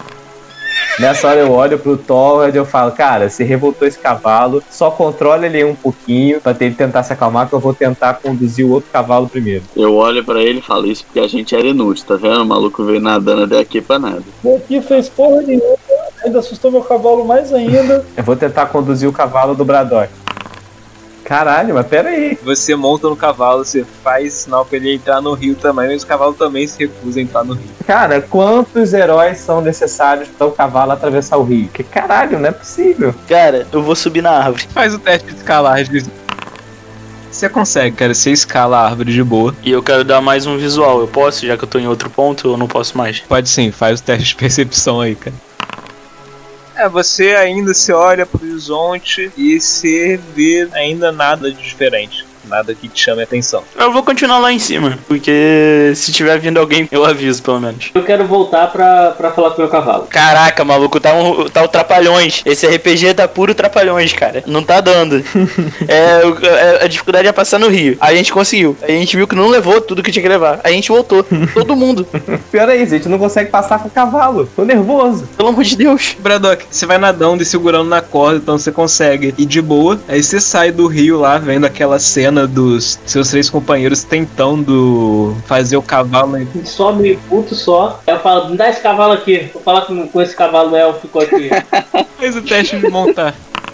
Nessa hora eu olho pro Thor e eu falo, cara, se revoltou esse cavalo, só controla ele um pouquinho pra ele tentar se acalmar, que eu vou tentar conduzir o outro cavalo primeiro. Eu olho pra ele e falo isso porque a gente era inútil, tá vendo? O maluco veio nadando daqui pra nada. Aqui fez porra nenhuma, ainda assustou meu cavalo mais ainda. Eu vou tentar conduzir o cavalo do Braddock. Caralho, mas pera aí. Você monta no cavalo, você faz sinal pra ele entrar no rio também, mas o cavalo também se recusa a entrar no rio. Cara, quantos heróis são necessários para o cavalo atravessar o rio? Que caralho, não é possível. Cara, eu vou subir na árvore. Faz o teste de escalagem. Você consegue, cara, você escala a árvore de boa. E eu quero dar mais um visual. Eu posso, já que eu tô em outro ponto, ou não posso mais? Pode sim, faz o teste de percepção aí, cara. Você ainda se olha pro horizonte e se vê ainda nada de diferente. Nada que te chame a atenção. Eu vou continuar lá em cima, porque se tiver vindo alguém, eu aviso, pelo menos. Eu quero voltar pra falar com o meu cavalo. Caraca, maluco, tá o Trapalhões. Esse RPG tá puro Trapalhões, cara. Não tá dando. A dificuldade é passar no rio. A gente conseguiu. A gente viu que não levou tudo que tinha que levar. A gente voltou. Todo mundo. Pior é isso, a gente não consegue passar com o cavalo. Tô nervoso. Pelo amor de Deus. Braddock, você vai nadando e segurando na corda, então você consegue ir de boa. Aí você sai do rio lá, vendo aquela cena dos seus 3 companheiros tentando fazer o cavalo. Sobe puto só. Eu falo, me dá esse cavalo aqui. Vou falar com esse cavalo élfico aqui. Faz o teste de montar.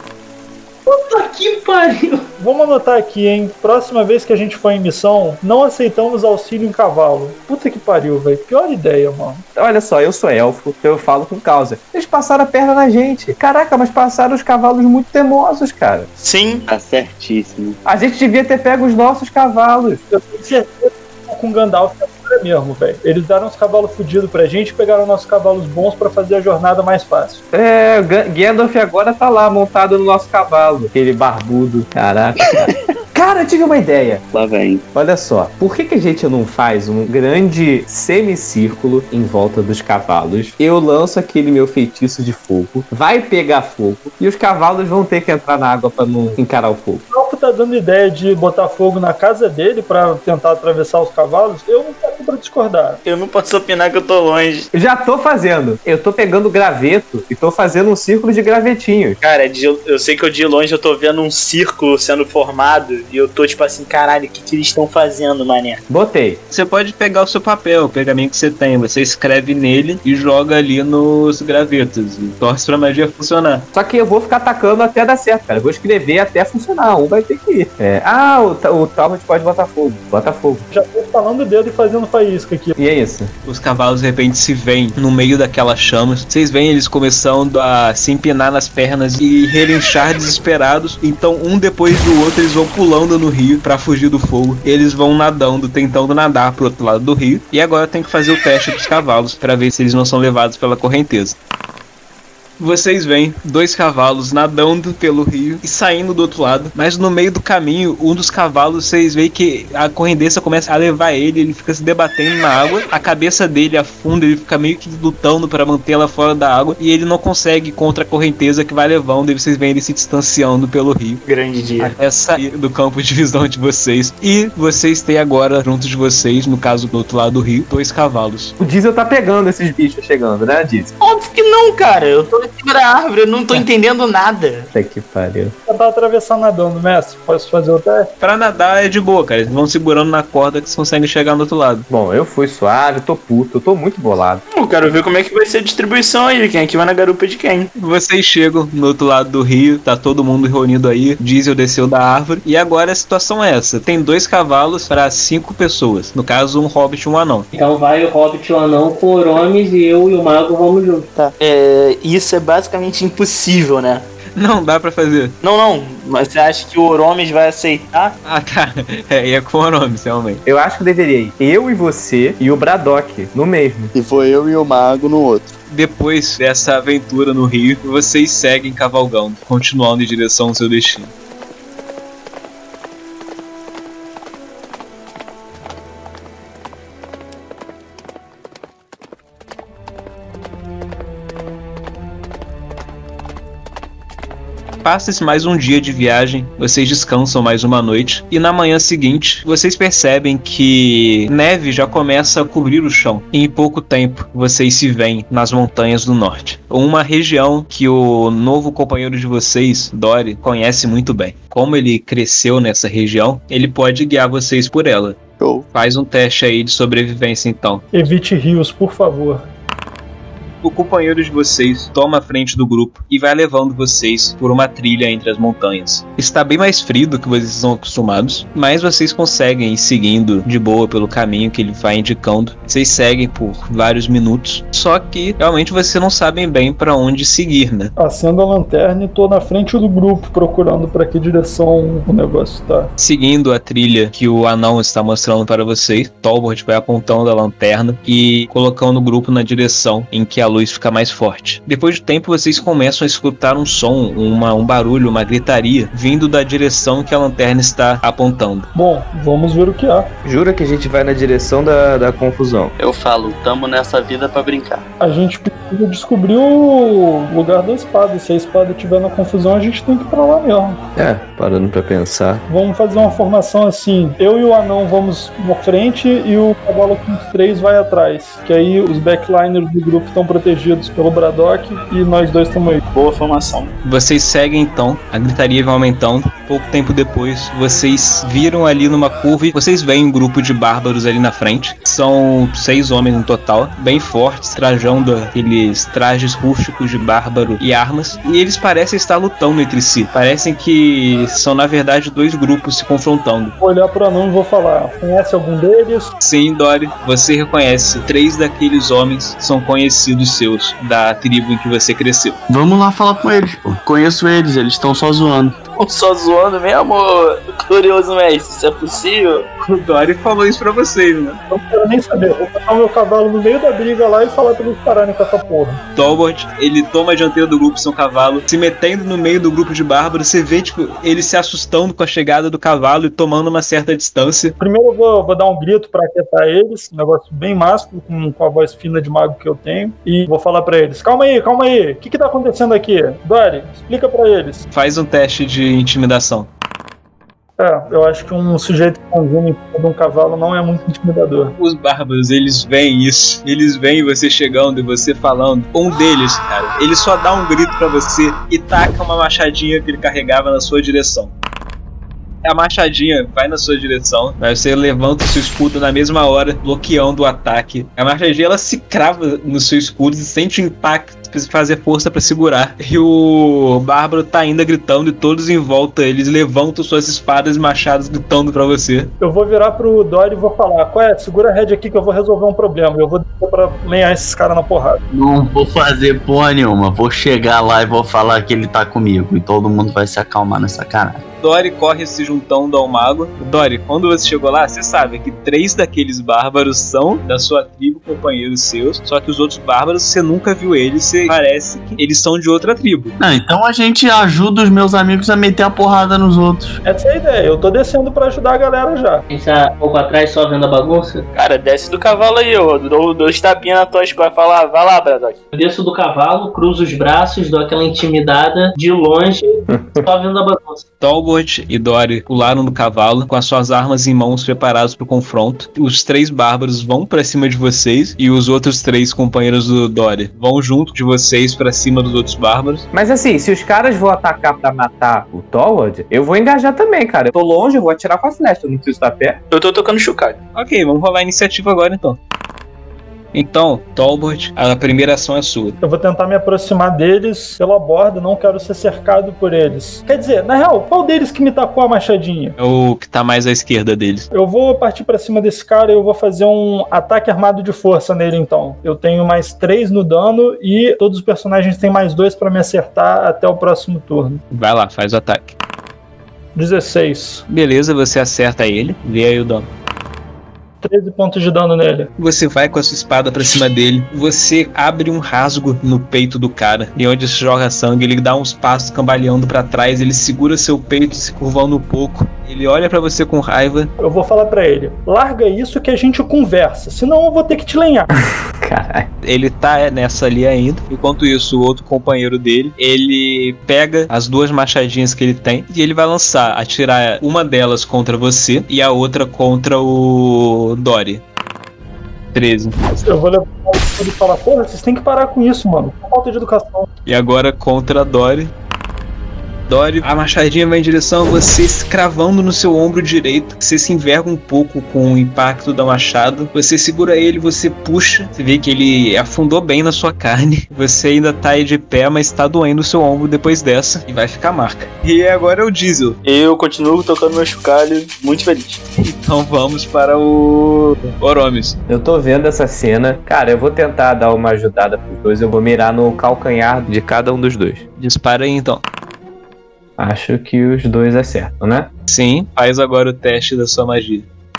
Puta que pariu. Vamos anotar aqui, hein? Próxima vez que a gente for em missão, não aceitamos auxílio em cavalo. Puta que pariu, velho. Pior ideia, mano. Olha só, eu sou elfo, então eu falo com causa. Eles passaram a perna na gente. Caraca, mas passaram os cavalos muito teimosos, cara. Sim. Tá certíssimo. A gente devia ter pego os nossos cavalos. Eu tenho certeza que com o Gandalf é mesmo, velho. Eles deram uns cavalos fodidos pra gente e pegaram nossos cavalos bons pra fazer a jornada mais fácil. É, Gandalf agora tá lá, montado no nosso cavalo. Aquele barbudo. Caraca, cara. Cara, eu tive uma ideia. Lá vem. Olha só, por que a gente não faz um grande semicírculo em volta dos cavalos? Eu lanço aquele meu feitiço de fogo, vai pegar fogo e os cavalos vão ter que entrar na água pra não encarar o fogo. O Alpo tá dando ideia de botar fogo na casa dele pra tentar atravessar os cavalos. Eu não tô aqui pra discordar. Eu não posso opinar que eu tô longe. Já tô fazendo. Eu tô pegando graveto e tô fazendo um círculo de gravetinhos. Cara, eu sei que eu de longe eu tô vendo um círculo sendo formado e eu tô tipo assim, caralho, o que eles estão fazendo, mané? Botei. Você pode pegar o seu papel, o pergaminho que você tem, você escreve nele e joga ali nos gravetos e torce pra magia funcionar. Só que eu vou ficar atacando até dar certo, cara. Eu vou escrever até funcionar. Um vai ter que ir. O Talbot pode botar fogo. Bota fogo. Já tô falando o dedo e fazendo faísca aqui. E é isso. Os cavalos de repente se veem no meio daquelas chamas. Vocês veem eles começando a se empinar nas pernas e relinchar desesperados. Então um depois do outro eles vão pulando no rio pra fugir do fogo. Eles vão nadando, tentando nadar pro outro lado do rio. E agora tem que fazer o teste dos cavalos pra ver se eles não são levados pela correnteza. Vocês veem 2 cavalos nadando pelo rio e saindo do outro lado, mas no meio do caminho, um dos cavalos, vocês veem que a correnteza começa a levar ele fica se debatendo na água, a cabeça dele afunda, ele fica meio que lutando para mantê-la fora da água e ele não consegue contra a correnteza que vai levando, e vocês veem ele se distanciando pelo rio. Grande dia. Até sair do campo de visão de vocês. E vocês têm agora, junto de vocês, no caso do outro lado do rio, 2 cavalos. O Diesel tá pegando esses bichos chegando, né, Diesel? Óbvio que não, cara. Eu tô em cima da árvore, eu não tô entendendo nada. Até que pariu. Eu tava atravessando nadando, mestre. Posso fazer o teste? Pra nadar é de boa, cara. Eles vão segurando na corda que vocês conseguem chegar no outro lado. Bom, eu fui suave, tô puto, eu tô muito bolado. Eu quero ver como é que vai ser a distribuição aí. Quem é que vai na garupa de quem? Vocês chegam no outro lado do rio, tá todo mundo reunido aí. Diesel desceu da árvore. E agora a situação é essa: tem 2 cavalos para 5 pessoas. No caso, um hobbit e um anão. Então vai o Hobbit e o Anão com o Oromes e eu e o Mago vamos juntos. Tá. Isso é basicamente impossível, né? Não dá pra fazer. Não. Mas você acha que o Oromes vai aceitar? Ah, tá. É com o nome, realmente. Eu acho que eu deveria ir eu e você e o Braddock no mesmo. E foi eu e o Mago no outro. Depois dessa aventura no rio, vocês seguem cavalgando, continuando em direção ao seu destino. Passa-se mais um dia de viagem, vocês descansam mais uma noite, e na manhã seguinte, vocês percebem que neve já começa a cobrir o chão. E em pouco tempo, vocês se veem nas montanhas do norte. Uma região que o novo companheiro de vocês, Dory, conhece muito bem. Como ele cresceu nessa região, ele pode guiar vocês por ela. Show. Faz um teste aí de sobrevivência, então. Evite rios, por favor. O companheiro de vocês toma a frente do grupo e vai levando vocês por uma trilha entre as montanhas. Está bem mais frio do que vocês estão acostumados, mas vocês conseguem ir seguindo de boa pelo caminho que ele vai indicando. Vocês seguem por vários minutos, só que realmente vocês não sabem bem para onde seguir, né? Acendo a lanterna e tô na frente do grupo procurando para que direção o negócio tá. Seguindo a trilha que o anão está mostrando para vocês, Talbot vai apontando a lanterna e colocando o grupo na direção em que a luz fica mais forte. Depois de tempo, vocês começam a escutar um som, um barulho, uma gritaria, vindo da direção que a lanterna está apontando. Bom, vamos ver o que há. Jura que a gente vai na direção da confusão? Eu falo, tamo nessa vida pra brincar. A gente precisa descobrir o lugar da espada. Se a espada estiver na confusão, a gente tem que ir pra lá mesmo. Parando pra pensar. Vamos fazer uma formação assim. Eu e o anão vamos na frente e o cavalo com os 3 vai atrás. Que aí os backliners do grupo estão protegidos pelo Braddock e nós 2 estamos aí. Boa formação. Vocês seguem então, a gritaria vai aumentando. Pouco tempo depois, vocês viram ali numa curva e vocês veem um grupo de bárbaros ali na frente. São 6 homens no total, bem fortes, trajando aqueles trajes rústicos de bárbaro e armas. E eles parecem estar lutando entre si. Parecem que são, na verdade, 2 grupos se confrontando. Vou olhar pro anão e vou falar: conhece algum deles? Sim, Dory, você reconhece 3 daqueles homens são conhecidos seus, da tribo em que você cresceu. Vamos lá falar com eles, pô. Conheço eles estão só zoando. Só zoando mesmo, curioso mestre, isso é possível? O Dory falou isso pra vocês, né? Não quero nem saber. Vou botar o meu cavalo no meio da briga lá e falar pra eles pararem com essa porra. Talbot, ele toma a dianteira do grupo, seu cavalo, se metendo no meio do grupo de bárbaros. Você vê, tipo, ele se assustando com a chegada do cavalo e tomando uma certa distância. Primeiro eu vou dar um grito pra aquietar eles, um negócio bem másculo, com a voz fina de mago que eu tenho, e vou falar pra eles: calma aí, o que tá acontecendo aqui? Dory, explica pra eles. Faz um teste de intimidação. Eu acho que um sujeito conjunto em cima de um cavalo não é muito intimidador. Os bárbaros, eles veem isso. Eles veem você chegando e você falando. Um deles, cara, ele só dá um grito pra você e taca uma machadinha que ele carregava na sua direção. A machadinha vai na sua direção, aí você levanta o seu escudo na mesma hora, bloqueando o ataque. A machadinha, ela se crava no seu escudo e sente o impacto, precisa fazer força pra segurar. E o bárbaro tá ainda gritando e todos em volta, eles levantam suas espadas e machados gritando pra você. Eu vou virar pro Dory e vou falar: qual é? Segura a rédea aqui que eu vou resolver um problema. Eu vou descer pra lenhar esses caras na porrada. Não vou fazer porra nenhuma. Vou chegar lá e vou falar que ele tá comigo. E todo mundo vai se acalmar nessa cara. Dory corre se juntando ao mago. Dory, quando você chegou lá, você sabe que 3 daqueles bárbaros são da sua tribo, companheiros seus, só que os outros bárbaros, você nunca viu eles, você parece que eles são de outra tribo. Não, então a gente ajuda os meus amigos a meter a porrada nos outros. Essa é a ideia, eu tô descendo pra ajudar a galera já. A gente tá um pouco atrás só vendo a bagunça. Cara, desce do cavalo aí, eu dou 2 tapinhas na tua escola e fala, vai lá, Braddock. Eu desço do cavalo, cruzo os braços, dou aquela intimidada de longe, só vendo a bagunça. Talbot e Dory pularam do cavalo com as suas armas em mãos preparados para o confronto. Os 3 bárbaros vão para cima de vocês e os outros 3 companheiros do Dory vão junto de vocês para cima dos outros bárbaros. Mas assim, se os caras vão atacar pra matar o Torwald, eu vou engajar também, cara. Eu tô longe, eu vou atirar com a flecha, eu não preciso estar perto. Eu tô tocando chocalho. Ok, vamos rolar a iniciativa agora então. Então, Talbot, a primeira ação é sua. Eu vou tentar me aproximar deles pela borda, não quero ser cercado por eles. Quer dizer, na real, qual deles que me tacou a machadinha? É o que tá mais à esquerda deles. Eu vou partir pra cima desse cara e eu vou fazer um ataque armado de força nele então. Eu tenho mais 3 no dano e todos os personagens têm mais 2 pra me acertar até o próximo turno. Vai lá, faz o ataque. 16. Beleza, você acerta ele. Vê aí o dano. 13 pontos de dano nele. Você vai com a sua espada pra cima dele. Você abre um rasgo no peito do cara. E onde se joga sangue, ele dá uns passos cambaleando pra trás. Ele segura seu peito, se curvando um pouco. Ele olha pra você com raiva. Eu vou falar pra ele: larga isso que a gente conversa, senão eu vou ter que te lenhar. Caralho. Ele tá nessa ali ainda. Enquanto isso, o outro companheiro dele, ele pega as 2 machadinhas que ele tem e ele vai atirar uma delas contra você e a outra contra o Dory. 13. Eu vou levar ele e falar: porra, vocês têm que parar com isso, mano. Falta de educação. E agora contra a Dory. Dory, a machadinha vai em direção a você, cravando no seu ombro direito. Você se enverga um pouco com o impacto da machado. Você segura ele, você puxa. Você vê que ele afundou bem na sua carne. Você ainda tá aí de pé, mas tá doendo o seu ombro depois dessa. E vai ficar marca. E agora é o Diesel. Eu continuo tocando meu chocalho, muito feliz. Então vamos para o Oromis. Eu tô vendo essa cena. Cara, eu vou tentar dar uma ajudada pros dois. Eu vou mirar no calcanhar de cada um dos dois. Dispara aí então. Acho que os 2 acertam, né? Sim, faz agora o teste da sua magia.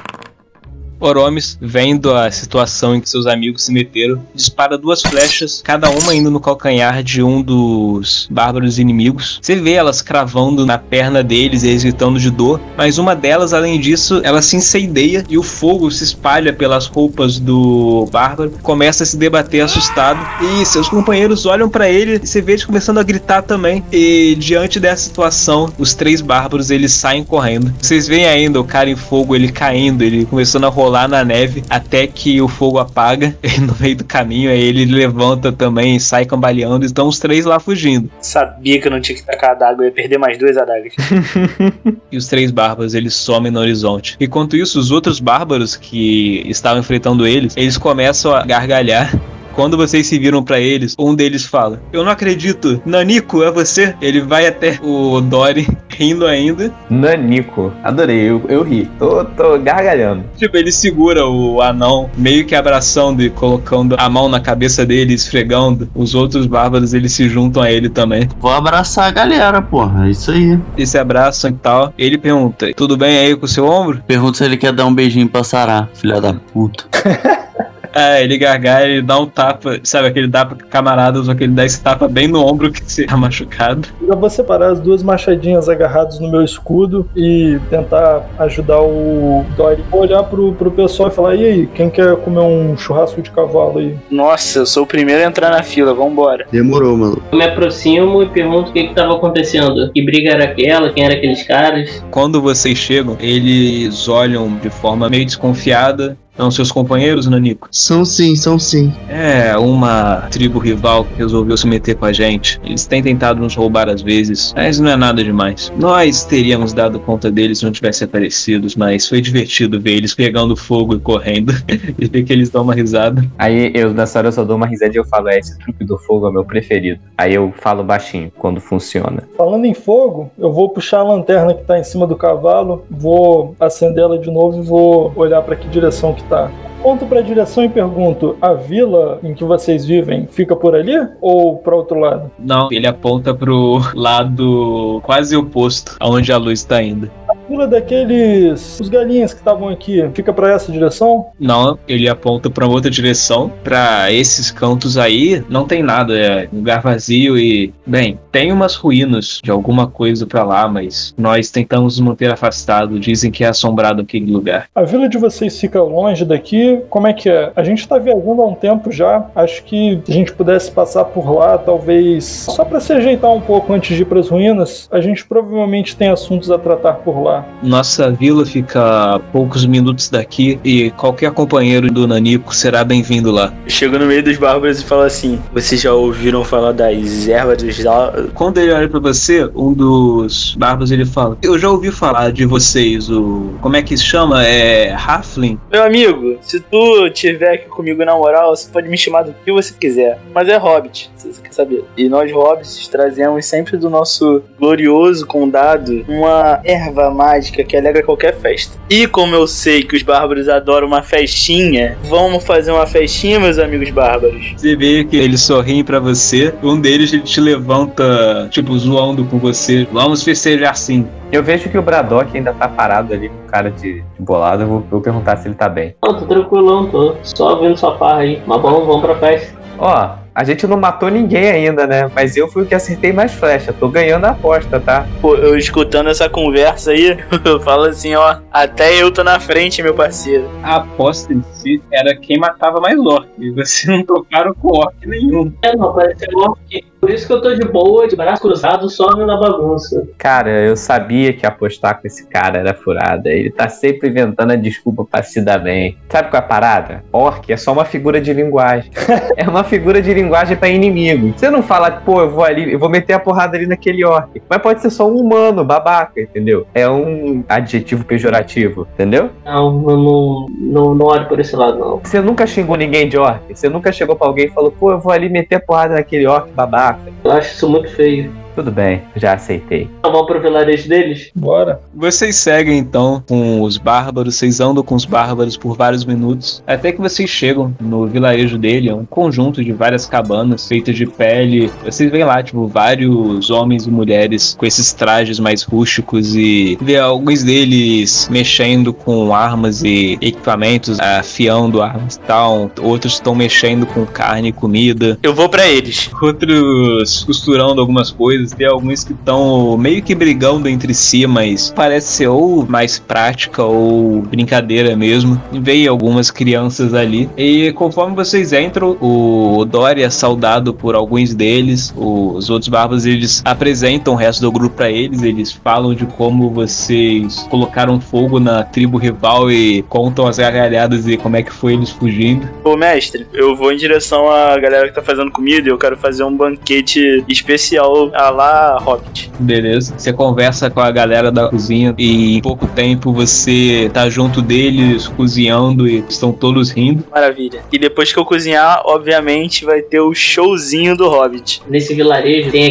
Oromis, vendo a situação em que seus amigos se meteram, dispara 2 flechas, cada uma indo no calcanhar de um dos bárbaros inimigos. Você vê elas cravando na perna deles e eles gritando de dor, mas uma delas, além disso, ela se incendeia e o fogo se espalha pelas roupas do bárbaro, começa a se debater assustado e seus companheiros olham pra ele e você vê eles começando a gritar também. E diante dessa situação, os 3 bárbaros eles saem correndo. Vocês veem ainda o cara em fogo, ele caindo, ele começando a rolar na neve até que o fogo apaga. E no meio do caminho aí ele levanta também e sai cambaleando. E estão os 3 lá fugindo. Sabia que eu não tinha que tacar a adaga, eu ia perder mais 2 adagas. E os 3 bárbaros eles somem no horizonte. Enquanto isso, os outros bárbaros que estavam enfrentando eles começam a gargalhar. Quando vocês se viram pra eles, um deles fala: eu não acredito, Nanico, é você? Ele vai até o Dory, rindo ainda. Nanico, adorei, eu ri, tô gargalhando. Tipo, ele segura o anão, meio que abraçando e colocando a mão na cabeça dele, esfregando. Os outros bárbaros, eles se juntam a ele também. Vou abraçar a galera, porra, é isso aí. Eles se abraçam e tal. Ele pergunta: tudo bem aí com o seu ombro? Pergunta se ele quer dar um beijinho pra Sarah, filha da puta. Ele gargalha, ele dá um tapa, sabe, aquele tapa camarada, só que ele dá esse tapa bem no ombro que você tá machucado. Eu vou separar as 2 machadinhas agarradas no meu escudo e tentar ajudar o Dory. Vou olhar pro pessoal e falar: e aí, quem quer comer um churrasco de cavalo aí? Nossa, eu sou o primeiro a entrar na fila, vambora. Demorou, mano. Eu me aproximo e pergunto o que tava acontecendo. Que briga era aquela? Quem eram aqueles caras? Quando vocês chegam, eles olham de forma meio desconfiada. São seus companheiros, Nanico? São sim, são sim. É uma tribo rival que resolveu se meter com a gente. Eles têm tentado nos roubar às vezes, mas não é nada demais. Nós teríamos dado conta deles se não tivessem aparecido, mas foi divertido ver eles pegando fogo e correndo. E ver que eles dão uma risada. Aí eu nessa hora eu só dou uma risada e eu falo: esse truque do fogo é o meu preferido. Aí eu falo baixinho quando funciona. Falando em fogo, eu vou puxar a lanterna que tá em cima do cavalo, vou acender ela de novo e vou olhar pra que direção que tá. Aponto para a direção e pergunto: a vila em que vocês vivem fica por ali ou para outro lado? Não, ele aponta pro lado quase oposto, aonde a luz está indo. A vila daqueles... os galinhas que estavam aqui, fica para essa direção? Não, ele aponta para outra direção. Para esses cantos aí, não tem nada, é um lugar vazio e... Bem, tem umas ruínas de alguma coisa para lá, mas nós tentamos nos manter afastados. Dizem que é assombrado aquele lugar. A vila de vocês fica longe daqui? Como é que é? A gente tá viajando há um tempo já. Acho que se a gente pudesse passar por lá, talvez só para se ajeitar um pouco antes de ir para as ruínas, a gente provavelmente tem assuntos a tratar por lá. Nossa vila fica a poucos minutos daqui e qualquer companheiro do Nanico será bem-vindo lá. Eu chego no meio dos bárbaros e falo assim: vocês já ouviram falar das ervas dos... Quando ele olha pra você, um dos bárbaros ele fala: eu já ouvi falar de vocês, como é que se chama? É Halfling? Meu amigo, se tu tiver aqui comigo na moral, você pode me chamar do que você quiser, mas é Hobbit, se você quer saber. E nós Hobbits trazemos sempre do nosso glorioso condado uma erva mágica que alegra qualquer festa. E como eu sei que os bárbaros adoram uma festinha, vamos fazer uma festinha, meus amigos bárbaros. Você vê que eles sorriem pra você, um deles ele te levanta, tipo, zoando com você. Vamos festejar sim. Eu vejo que o Braddock ainda tá parado ali com cara de bolado. Eu vou perguntar se ele tá bem. Não, tô tranquilão, tô só vendo sua farra aí. Mas bom, vamos pra festa. Ó, a gente não matou ninguém ainda, né? Mas eu fui o que acertei mais flecha. Tô ganhando a aposta, tá? Pô, eu escutando essa conversa aí, eu falo assim, ó, até eu tô na frente, meu parceiro. A aposta em si era quem matava mais orc. E vocês não tocaram com orc nenhum. Não, parece ser orc. Por isso que eu tô de boa, de braço cruzado, só na bagunça. Cara, eu sabia que apostar com esse cara era furada. Ele tá sempre inventando a desculpa pra se dar bem. Sabe qual é a parada? Orc é só uma figura de linguagem. É uma figura de linguagem pra inimigo. Você não fala, pô, eu vou ali, eu vou meter a porrada ali naquele orc. Mas pode ser só um humano, babaca, entendeu? É um adjetivo pejorativo, entendeu? Não, eu não olho por esse lado, não. Você nunca xingou ninguém de orc? Você nunca chegou pra alguém e falou, pô, eu vou ali meter a porrada naquele orc, babaca? Eu acho isso muito feio. Tudo bem, já aceitei. Então vamos pro vilarejo deles? Bora. Vocês seguem então com os bárbaros, vocês andam com os bárbaros por vários minutos, até que vocês chegam no vilarejo dele, é um conjunto de várias cabanas feitas de pele. Vocês veem lá, tipo, vários homens e mulheres com esses trajes mais rústicos e vê alguns deles mexendo com armas e equipamentos, afiando armas e tal. Outros estão mexendo com carne e comida. Eu vou pra eles. Outros costurando algumas coisas. Tem alguns que estão meio que brigando entre si, mas parece ser ou mais prática ou brincadeira mesmo. E veio algumas crianças ali. E conforme vocês entram, o Dory é saudado por alguns deles. Os outros bárbaros, eles apresentam o resto do grupo pra eles. Eles falam de como vocês colocaram fogo na tribo rival e contam as gargalhadas e como é que foi eles fugindo. Ô mestre, eu vou em direção à galera que tá fazendo comida e eu quero fazer um banquete especial a lá Hobbit. Beleza. Você conversa com a galera da cozinha e em pouco tempo você tá junto deles cozinhando e estão todos rindo. Maravilha. E depois que eu cozinhar, obviamente vai ter o showzinho do Hobbit. Nesse vilarejo tem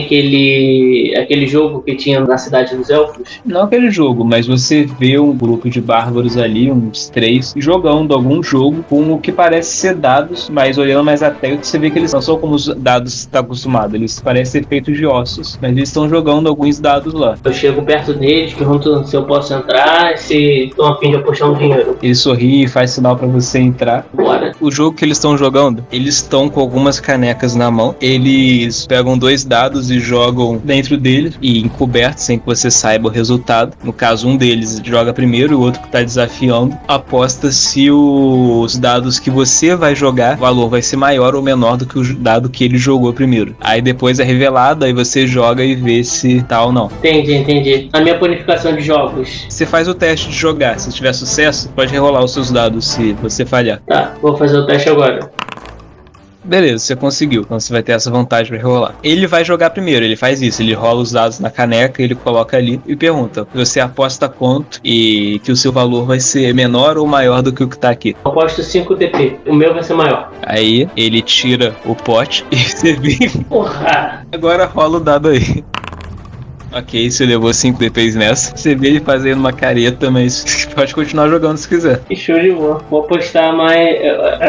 aquele jogo que tinha na Cidade dos Elfos? Não aquele jogo, mas você vê um grupo de bárbaros ali, uns 3, jogando algum jogo com o que parece ser dados, mas olhando mais atento você vê que eles não são como os dados que você tá acostumado, eles parecem ser feitos de ossos, mas eles estão jogando alguns dados lá. Eu chego perto deles, pergunto se eu posso entrar, se estão a fim de apostar um dinheiro. Ele sorri e faz sinal pra você entrar. Bora. O jogo que eles estão jogando, eles estão com algumas canecas na mão, eles pegam 2 dados e jogam dentro deles e encobertos sem que você saiba o resultado. No caso, um deles joga primeiro e o outro que tá desafiando aposta se os dados que você vai jogar, o valor vai ser maior ou menor do que o dado que ele jogou primeiro. Aí depois é revelado, aí você joga e vê se tá ou não. Entendi. A minha bonificação de jogos. Você faz o teste de jogar. Se tiver sucesso, pode rerolar os seus dados se você falhar. Tá, vou fazer o teste agora. Beleza, você conseguiu. Então você vai ter essa vantagem pra rerolar. Ele vai jogar primeiro, ele faz isso. Ele rola os dados na caneca, ele coloca ali e pergunta: você aposta quanto e que o seu valor vai ser menor ou maior do que o que tá aqui? Eu aposto 5 TP. O meu vai ser maior. Aí ele tira o pote e você vê. Porra! Agora rola o dado aí. Ok, você levou 5 DPs nessa. Você vê ele fazendo uma careta, mas pode continuar jogando se quiser. Show de bola. Vou apostar mais.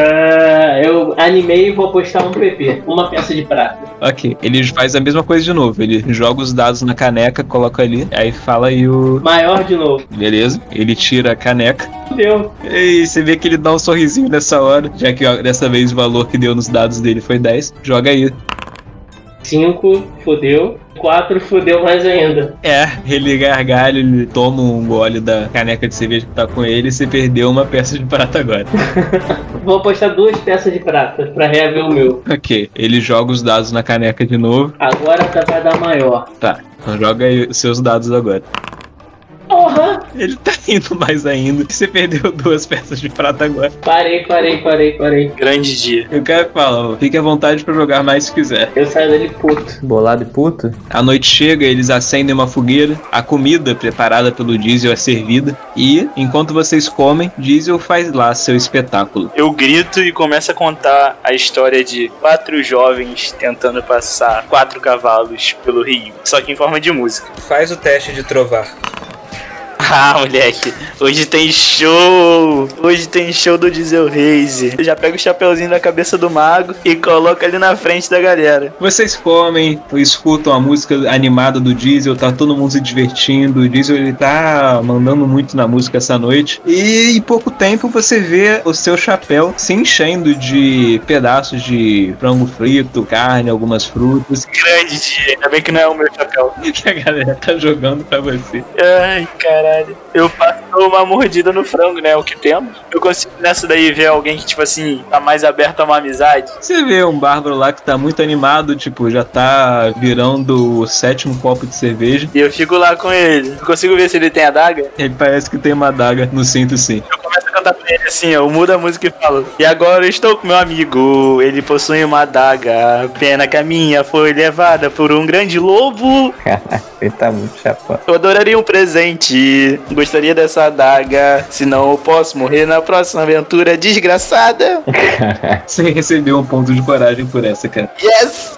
Eu animei e vou apostar um PP. Uma peça de prata. Ok, ele faz a mesma coisa de novo. Ele joga os dados na caneca, coloca ali, aí fala aí o... Maior de novo. Beleza, ele tira a caneca. Deu. E você vê que ele dá um sorrisinho nessa hora, já que ó, dessa vez o valor que deu nos dados dele foi 10. Joga aí. 5, fodeu. 4, fodeu mais ainda. Ele gargalha, ele toma um gole da caneca de cerveja que tá com ele e você perdeu uma peça de prata agora. Vou apostar 2 peças de prata pra reaver o meu. Ok, ele joga os dados na caneca de novo. Agora vai dar maior. Tá, então joga aí os seus dados agora. Porra! Ele tá indo mais ainda. Você perdeu 2 peças de prata agora. Parei. Grande dia. Eu quero falar, fique à vontade pra jogar mais se quiser. Eu saio dele puto. Bolado e puto? A noite chega, eles acendem uma fogueira, a comida preparada pelo Diesel é servida e, enquanto vocês comem, Diesel faz lá seu espetáculo. Eu grito e começo a contar a história de 4 jovens tentando passar 4 cavalos pelo rio, só que em forma de música. Faz o teste de trovar. Ah, moleque, hoje tem show! Hoje tem show do Diesel Race. Eu já pego o chapeuzinho da cabeça do mago e coloco ali na frente da galera. Vocês comem, escutam a música animada do Diesel, tá todo mundo se divertindo. O Diesel ele tá mandando muito na música essa noite. E em pouco tempo você vê o seu chapéu se enchendo de pedaços de frango frito, carne, algumas frutas. Grande dia, ainda bem que não é o meu chapéu. Que a galera tá jogando pra você. Ai, caralho. Eu passo uma mordida no frango, né? O que temos. Eu consigo nessa daí ver alguém que, tipo assim, tá mais aberto a uma amizade. Você vê um bárbaro lá que tá muito animado, tipo, já tá virando o 7º copo de cerveja. E eu fico lá com ele. Eu consigo ver se ele tem adaga? Ele parece que tem uma adaga no cinto, sim. Eu começo a cantar pra ele assim, eu mudo a música e falo: e agora eu estou com meu amigo, ele possui uma adaga, pena que a minha foi levada por um grande lobo. Caraca, ele tá muito chapão. Eu adoraria um presente, gostaria dessa adaga, senão eu posso morrer na próxima aventura desgraçada. Você recebeu um ponto de coragem por essa, cara. Yes!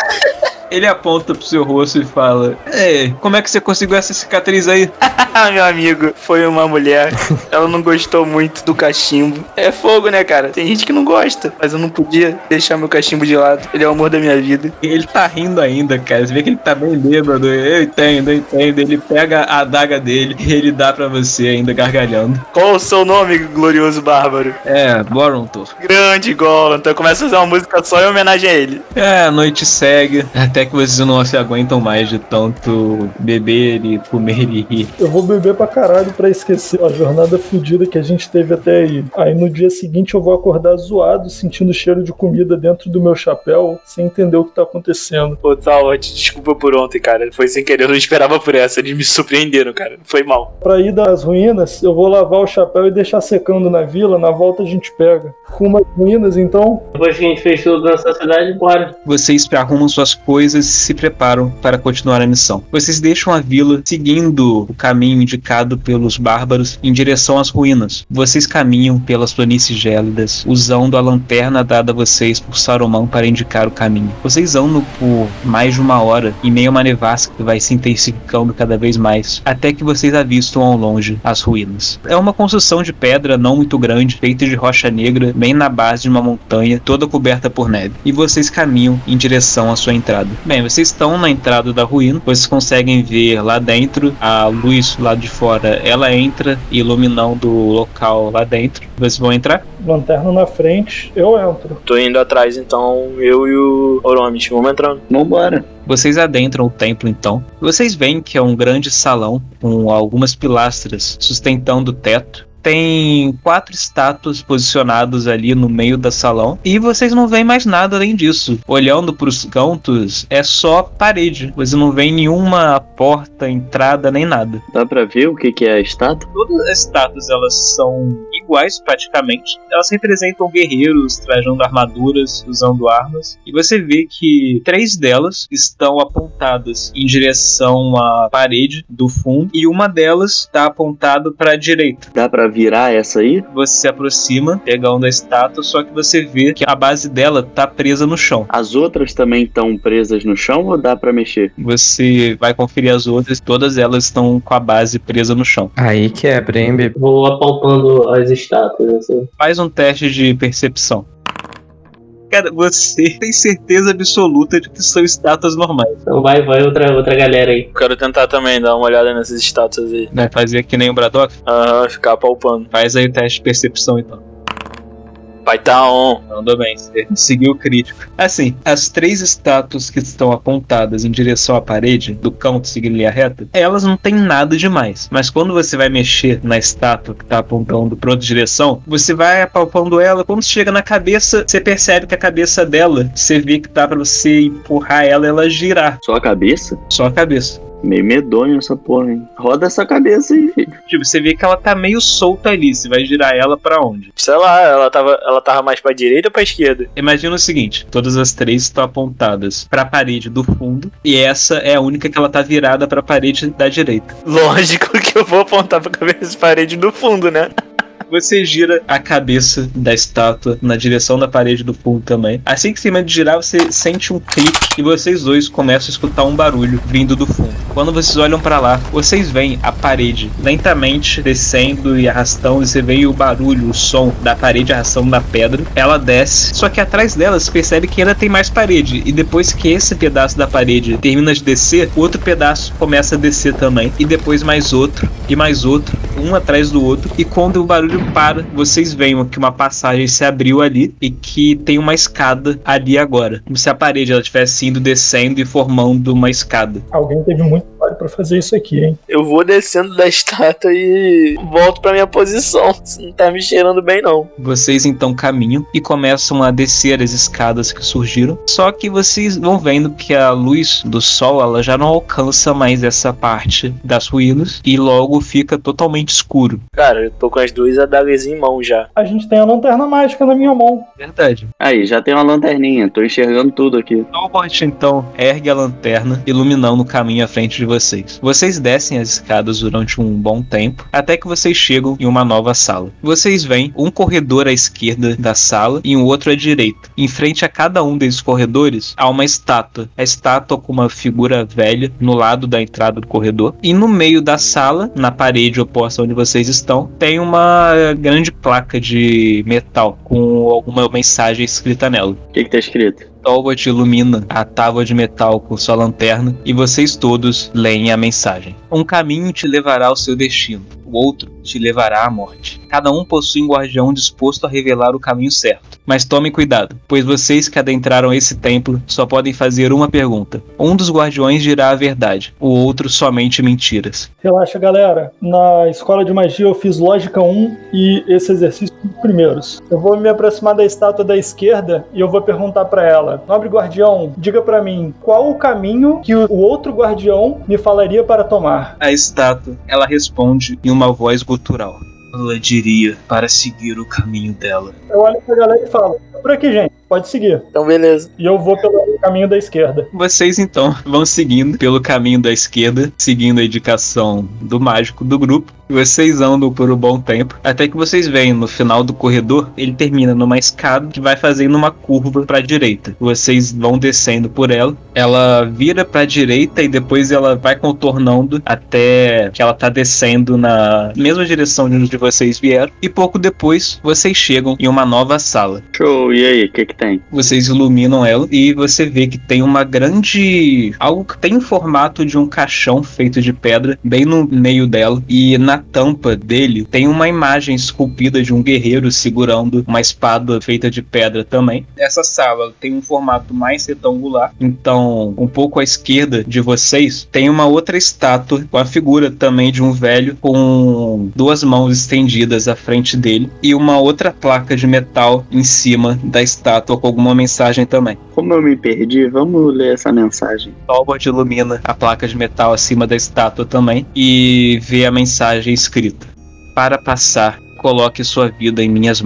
Ele aponta pro seu rosto e fala: Ei, como é que você conseguiu essa cicatriz aí? Meu amigo, foi uma mulher. Ela não gostou muito do cachimbo. É fogo, né, cara? Tem gente que não gosta, mas eu não podia deixar meu cachimbo de lado. Ele é o amor da minha vida. Ele tá rindo ainda, cara. Você vê que ele tá bem bêbado. Eu entendo. Ele pega a adaga dele e ele dá pra você ainda gargalhando. Qual o seu nome, glorioso bárbaro? É, Borontor. Grande Gollum. Então eu começo a fazer uma música só em homenagem a ele. A noite segue, até que vocês não se aguentam mais de tanto beber e comer e rir. Eu vou beber pra caralho pra esquecer a jornada fodida que a gente teve até aí. Aí no dia seguinte eu vou acordar zoado, sentindo cheiro de comida dentro do meu chapéu, sem entender o que tá acontecendo. Pô, Talbot, desculpa por ontem, cara. Foi sem querer, eu não esperava por essa. Eles me surpreenderam, cara. Foi mal. Pra ir das ruínas, eu vou lavar o chapéu e deixar secando na vila, na volta a gente pega. Rumo às ruínas, então. Depois que a gente fez tudo nessa cidade, bora. Vocês arrumam suas coisas e se preparam para continuar a missão. Vocês deixam a vila seguindo o caminho indicado pelos bárbaros em direção às ruínas. Vocês caminham pelas planícies gélidas, usando a lanterna dada a vocês por Saruman para indicar o caminho. Vocês andam por mais de 1 hora em meio a uma nevasca que vai se intensificando cada vez mais, até que vocês avistam ao longe as ruínas. É uma construção de pedra não muito grande, feita de rocha negra, bem na base de uma montanha, toda coberta por neve. E vocês caminham em direção à sua entrada. Bem, vocês estão na entrada da ruína, vocês conseguem ver lá dentro a luz lá de fora, ela entra iluminando o local lá dentro. Vocês vão entrar? Lanterna na frente, eu entro. Tô indo atrás, então eu e o Oromis vamos entrando. Vambora. Vocês adentram o templo então. Vocês veem que é um grande salão com algumas pilastras sustentando o teto. Tem 4 estátuas posicionadas ali no meio do salão. E vocês não veem mais nada além disso. Olhando para os cantos, é só parede. Você não vê nenhuma porta, entrada, nem nada. Dá pra ver o que é a estátua? Todas as estátuas, elas são iguais praticamente. Elas representam guerreiros trajando armaduras, usando armas. E você vê que 3 delas estão apontadas em direção à parede do fundo. E uma delas está apontada para a direita. Dá pra ver virar essa aí? Você se aproxima, pegando a estátua, só que você vê que a base dela tá presa no chão. As outras também estão presas no chão ou dá pra mexer? Você vai conferir as outras, todas elas estão com a base presa no chão. Aí quebra, hein, bebê? Vou apalpando as estátuas, assim. Faz um teste de percepção. Cara, você tem certeza absoluta de que são estátuas normais. Então vai outra galera aí. Eu quero tentar também dar uma olhada nessas estátuas aí. Vai fazer que nem o Braddock? Ficar palpando. Faz aí o teste de percepção, então. Vai tá on. Mandou bem, você conseguiu o crítico. Assim, as 3 estátuas que estão apontadas em direção à parede, do canto seguindo linha reta, elas não tem nada demais. Mas quando você vai mexer na estátua que tá apontando pra outra direção, você vai apalpando ela. Quando você chega na cabeça, você percebe que a cabeça dela, você vê que dá pra você empurrar ela e ela girar. Só a cabeça? Só a cabeça. Meio medonho essa porra, hein? Roda essa cabeça aí, filho. Tipo, você vê que ela tá meio solta ali. Você vai girar ela pra onde? Sei lá, ela tava mais pra direita ou pra esquerda? Imagina o seguinte, todas as 3 estão apontadas pra parede do fundo, e essa é a única que ela tá virada pra parede da direita. Lógico que eu vou apontar pra cabeça de parede do fundo, né? Você gira a cabeça da estátua na direção da parede do fundo também. Assim que você termina de girar, você sente um clique e vocês dois começam a escutar um barulho vindo do fundo. Quando vocês olham pra lá, vocês veem a parede lentamente descendo e arrastando. E você vê o barulho, o som da parede arrastando na pedra. Ela desce, só que atrás dela você percebe que ainda tem mais parede. E depois que esse pedaço da parede termina de descer, outro pedaço começa a descer também. E depois mais outro, e mais outro, um atrás do outro. E quando o barulho para, vocês veem que uma passagem se abriu ali e que tem uma escada ali agora. Como se a parede ela estivesse indo descendo e formando uma escada. Alguém teve muito trabalho pra fazer isso aqui, hein? Eu vou descendo da estátua e volto pra minha posição. Isso não tá me cheirando bem, não. Vocês então caminham e começam a descer as escadas que surgiram. Só que vocês vão vendo que a luz do sol ela já não alcança mais essa parte das ruínas e logo fica totalmente escuro. Cara, eu tô com as 2 adagas em mão já. A gente tem a lanterna mágica na minha mão. Verdade. Aí, já tem uma lanterninha. Tô enxergando tudo aqui. Talbot então ergue a lanterna, iluminando o caminho à frente de vocês. Vocês descem as escadas durante um bom tempo, até que vocês chegam em uma nova sala. Vocês veem um corredor à esquerda da sala e um outro à direita. Em frente a cada um desses corredores, há uma estátua. A estátua com uma figura velha no lado da entrada do corredor. E no meio da sala, na parede oposta onde vocês estão, tem uma grande placa de metal com alguma mensagem escrita nela. O que tá escrito? Talbot ilumina a tábua de metal com sua lanterna e vocês todos leem a mensagem. Um caminho te levará ao seu destino, o outro te levará à morte. Cada um possui um guardião disposto a revelar o caminho certo. Mas tomem cuidado, pois vocês que adentraram esse templo só podem fazer uma pergunta. Um dos guardiões dirá a verdade, o outro somente mentiras. Relaxa, galera. Na escola de magia eu fiz lógica 1 e esse exercício dos primeiros. Eu vou me aproximar da estátua da esquerda e eu vou perguntar pra ela: nobre guardião, diga pra mim, qual o caminho que o outro guardião me falaria para tomar? A estátua, ela responde em uma voz gutural. Ela diria para seguir o caminho dela. Eu olho pra galera e falo: é por aqui, gente, pode seguir. Então, beleza. E eu vou pelo caminho da esquerda. Vocês então vão seguindo pelo caminho da esquerda, seguindo a indicação do mágico do grupo. Vocês andam por um bom tempo, até que vocês veem no final do corredor, ele termina numa escada que vai fazendo uma curva para a direita. Vocês vão descendo por ela, ela vira para a direita e depois ela vai contornando até que ela tá descendo na mesma direção de onde vocês vieram. E pouco depois, vocês chegam em uma nova sala. Show, e aí, o que tem? Vocês iluminam ela e você vê que tem uma grande... algo que tem o formato de um caixão feito de pedra, bem no meio dela, e na tampa dele tem uma imagem esculpida de um guerreiro segurando uma espada feita de pedra também. Essa sala tem um formato mais retangular, então um pouco à esquerda de vocês tem uma outra estátua com a figura também de um velho com 2 mãos estendidas à frente dele e uma outra placa de metal em cima da estátua com alguma mensagem também. Como eu me perdi, vamos ler essa mensagem. Talbot ilumina a placa de metal acima da estátua também e vê a mensagem escrita: para passar, coloque sua vida em minhas mãos.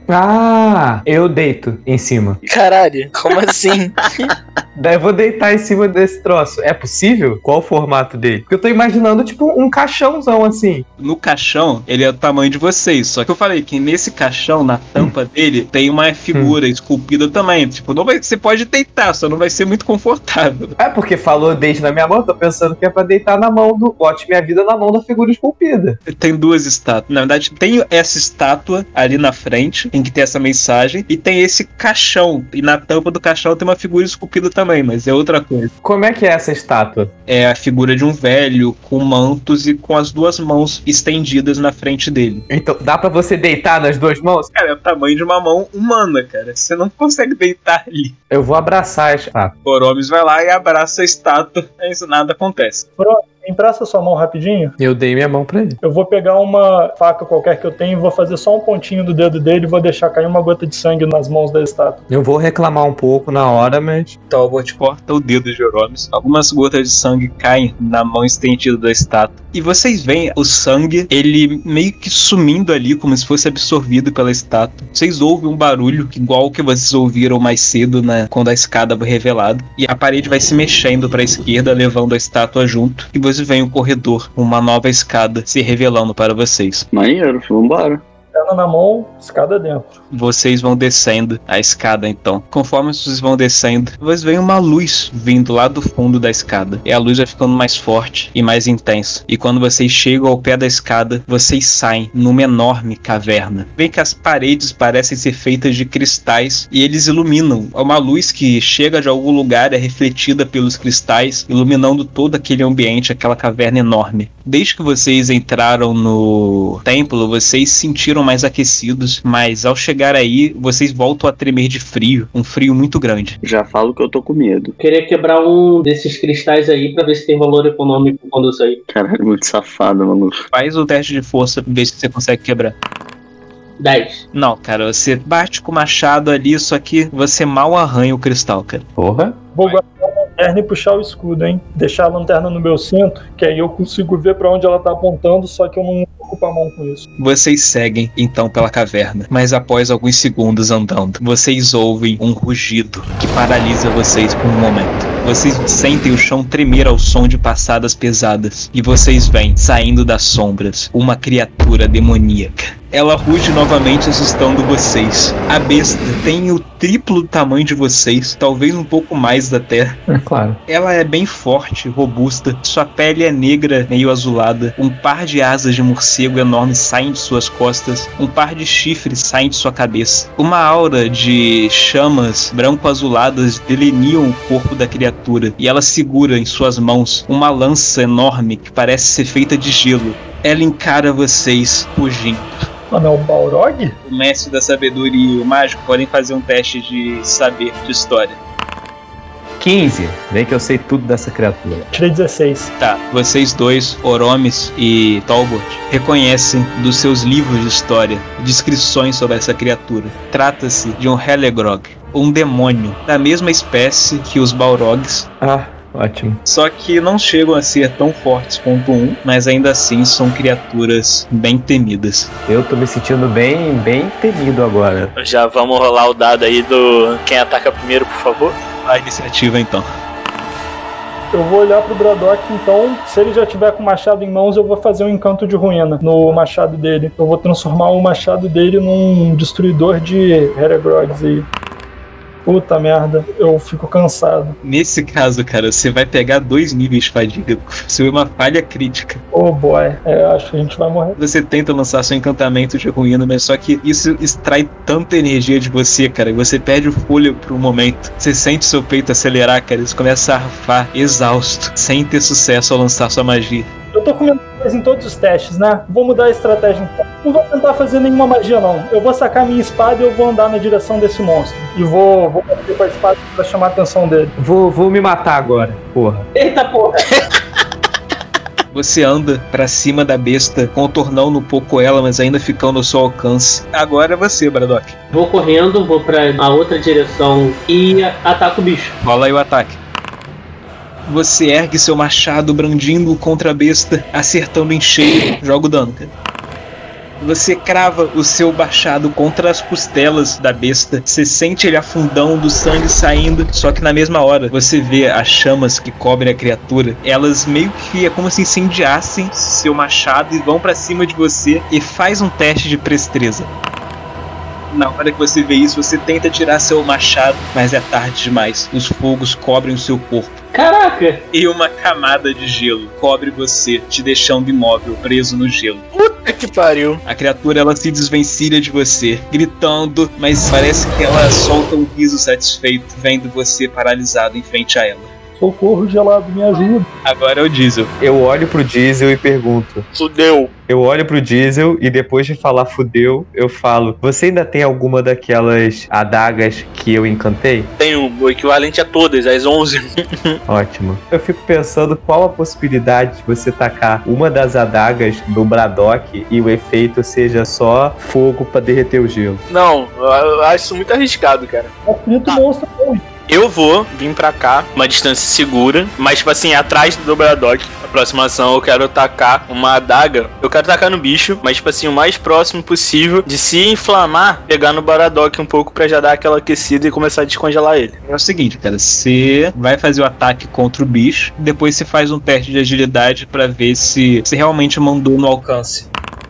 Ah, eu deito em cima. Caralho, como assim? Daí eu vou deitar em cima desse troço. É possível? Qual o formato dele? Porque eu tô imaginando, tipo, um caixãozão assim. No caixão, ele é do tamanho de vocês. Só que eu falei que nesse caixão, na tampa dele, tem uma figura esculpida também. Tipo, não vai, você pode deitar, só não vai ser muito confortável. É porque falou deite na minha mão, eu tô pensando que é pra deitar na mão do... Bote minha vida na mão da figura esculpida. Tem duas estátuas. Na verdade, tem essa estátua ali na frente, em que tem essa mensagem, e tem esse caixão. E na tampa do caixão tem uma figura esculpida também, mas é outra coisa. Como é que é essa estátua? É a figura de um velho com mantos e com as duas mãos estendidas na frente dele. Então, dá pra você deitar nas duas mãos? Cara, é o tamanho de uma mão humana, cara. Você não consegue deitar ali. Eu vou abraçar a estátua. Oromes vai lá e abraça a estátua, mas nada acontece. Pronto, empresta sua mão rapidinho. Eu dei minha mão pra ele. Eu vou pegar uma faca qualquer que eu tenho e vou fazer só um pontinho do dedo dele e vou deixar cair uma gota de sangue nas mãos da estátua. Eu vou reclamar um pouco na hora, mas... Talbot corta o dedo de Oromes. Algumas gotas de sangue caem na mão estendida da estátua. E vocês veem o sangue, ele meio que sumindo ali, como se fosse absorvido pela estátua. Vocês ouvem um barulho, igual o que vocês ouviram mais cedo, né, quando a escada foi revelada. E a parede vai se mexendo para a esquerda, levando a estátua junto. E vocês veem o corredor, uma nova escada se revelando para vocês. Maneiro, vambora. Perna na mão, escada dentro. Vocês vão descendo a escada, então. Conforme vocês vão descendo, vocês veem uma luz vindo lá do fundo da escada. E a luz vai ficando mais forte e mais intensa. E quando vocês chegam ao pé da escada, vocês saem numa enorme caverna. Veem que as paredes parecem ser feitas de cristais e eles iluminam. Uma luz que chega de algum lugar, é refletida pelos cristais, iluminando todo aquele ambiente, aquela caverna enorme. Desde que vocês entraram no templo, vocês sentiram mais aquecidos, mas ao chegar aí, vocês voltam a tremer de frio, um frio muito grande. Já falo que eu tô com medo. Queria quebrar um desses cristais aí pra ver se tem valor econômico quando eu sair. Caralho, muito safado, maluco. Faz o teste de força, vê se você consegue quebrar. 10. Não, cara, você bate com o machado ali, só que você mal arranha o cristal, cara. Porra. Vou guardar a lanterna e puxar o escudo, hein? Deixar a lanterna no meu cinto, que aí eu consigo ver pra onde ela tá apontando, só que eu não ocupo a mão com isso. Vocês seguem, então, pela caverna, mas após alguns segundos andando, vocês ouvem um rugido que paralisa vocês por um momento. Vocês sentem o chão tremer ao som de passadas pesadas, e vocês veem, saindo das sombras, uma criatura demoníaca. Ela ruge novamente, assustando vocês. A besta tem o triplo do tamanho de vocês, talvez um pouco mais até. É claro. Ela é bem forte, robusta, sua pele é negra, meio azulada, um par de asas de morcego enorme saem de suas costas, um par de chifres saem de sua cabeça. Uma aura de chamas branco-azuladas deliniam o corpo da criatura, e ela segura em suas mãos uma lança enorme que parece ser feita de gelo. Ela encara vocês, fugindo. Mano, é o Balrog? O mestre da sabedoria e o mágico podem fazer um teste de saber de história. 15. Vem que eu sei tudo dessa criatura. Tirei 16. Tá, vocês dois, Oromes e Talbot, reconhecem dos seus livros de história descrições sobre essa criatura. Trata-se de um Helegrog, um demônio da mesma espécie que os Balrogs. Ah, ótimo. Só que não chegam a ser tão fortes quanto um, mas ainda assim são criaturas bem temidas. Eu tô me sentindo bem temido agora. Já vamos rolar o dado aí do quem ataca primeiro, por favor. A iniciativa, então. Eu vou olhar pro Braddock, então, se ele já tiver com o machado em mãos, eu vou fazer um encanto de ruína no machado dele. Eu vou transformar o machado dele num destruidor de Helegrogs aí. Puta merda, eu fico cansado. Nesse caso, cara, você vai pegar 2 níveis de fadiga. Isso é uma falha crítica. Oh boy, acho que a gente vai morrer. Você tenta lançar seu encantamento de ruína, mas só que isso extrai tanta energia de você, cara, e você perde o fôlego por um momento. Você sente seu peito acelerar, cara, e você começa a arfar, exausto, sem ter sucesso ao lançar sua magia. Eu tô comendo coisa em todos os testes, né? Vou mudar a estratégia então. Não vou tentar fazer nenhuma magia, não. Eu vou sacar minha espada e eu vou andar na direção desse monstro. E vou bater com a espada pra chamar a atenção dele. Vou me matar agora, porra. Eita porra! Você anda pra cima da besta, contornando um pouco ela, mas ainda ficando ao seu alcance. Agora é você, Braddock. Vou correndo, vou pra a outra direção e ataco o bicho. Rola aí o ataque. Você ergue seu machado, brandindo contra a besta, acertando em cheio. Joga o dano, cara. Você crava o seu machado contra as costelas da besta. Você sente ele afundando, o sangue saindo. Só que na mesma hora, você vê as chamas que cobrem a criatura. Elas meio que é como se incendiassem seu machado e vão pra cima de você. E faz um teste de presteza. Na hora que você vê isso, você tenta tirar seu machado, mas é tarde demais. Os fogos cobrem o seu corpo. Caraca! E uma camada de gelo cobre você, te deixando imóvel, preso no gelo. Puta que pariu. A criatura, ela se desvencilha de você, gritando, mas parece que ela solta um riso satisfeito, vendo você paralisado em frente a ela. Socorro gelado, me ajuda. Agora é o Diesel. Eu olho pro Diesel e pergunto. Fudeu. Eu olho pro Diesel e depois de falar fudeu, eu falo: você ainda tem alguma daquelas adagas que eu encantei? Tenho o equivalente a todas, as 11. Ótimo. Eu fico pensando qual a possibilidade de você tacar uma das adagas no Braddock e o efeito seja só fogo pra derreter o gelo. Não, eu acho isso muito arriscado, cara. Aflito monstro. Eu vou vir pra cá, uma distância segura, mas tipo assim, atrás do Braddock. Na próxima ação eu quero tacar uma adaga. Eu quero tacar no bicho, mas tipo assim, o mais próximo possível de se inflamar, pegar no Braddock um pouco pra já dar aquela aquecida e começar a descongelar ele. É o seguinte, cara, você vai fazer o ataque contra o bicho, depois você faz um teste de agilidade pra ver se você realmente mandou no alcance.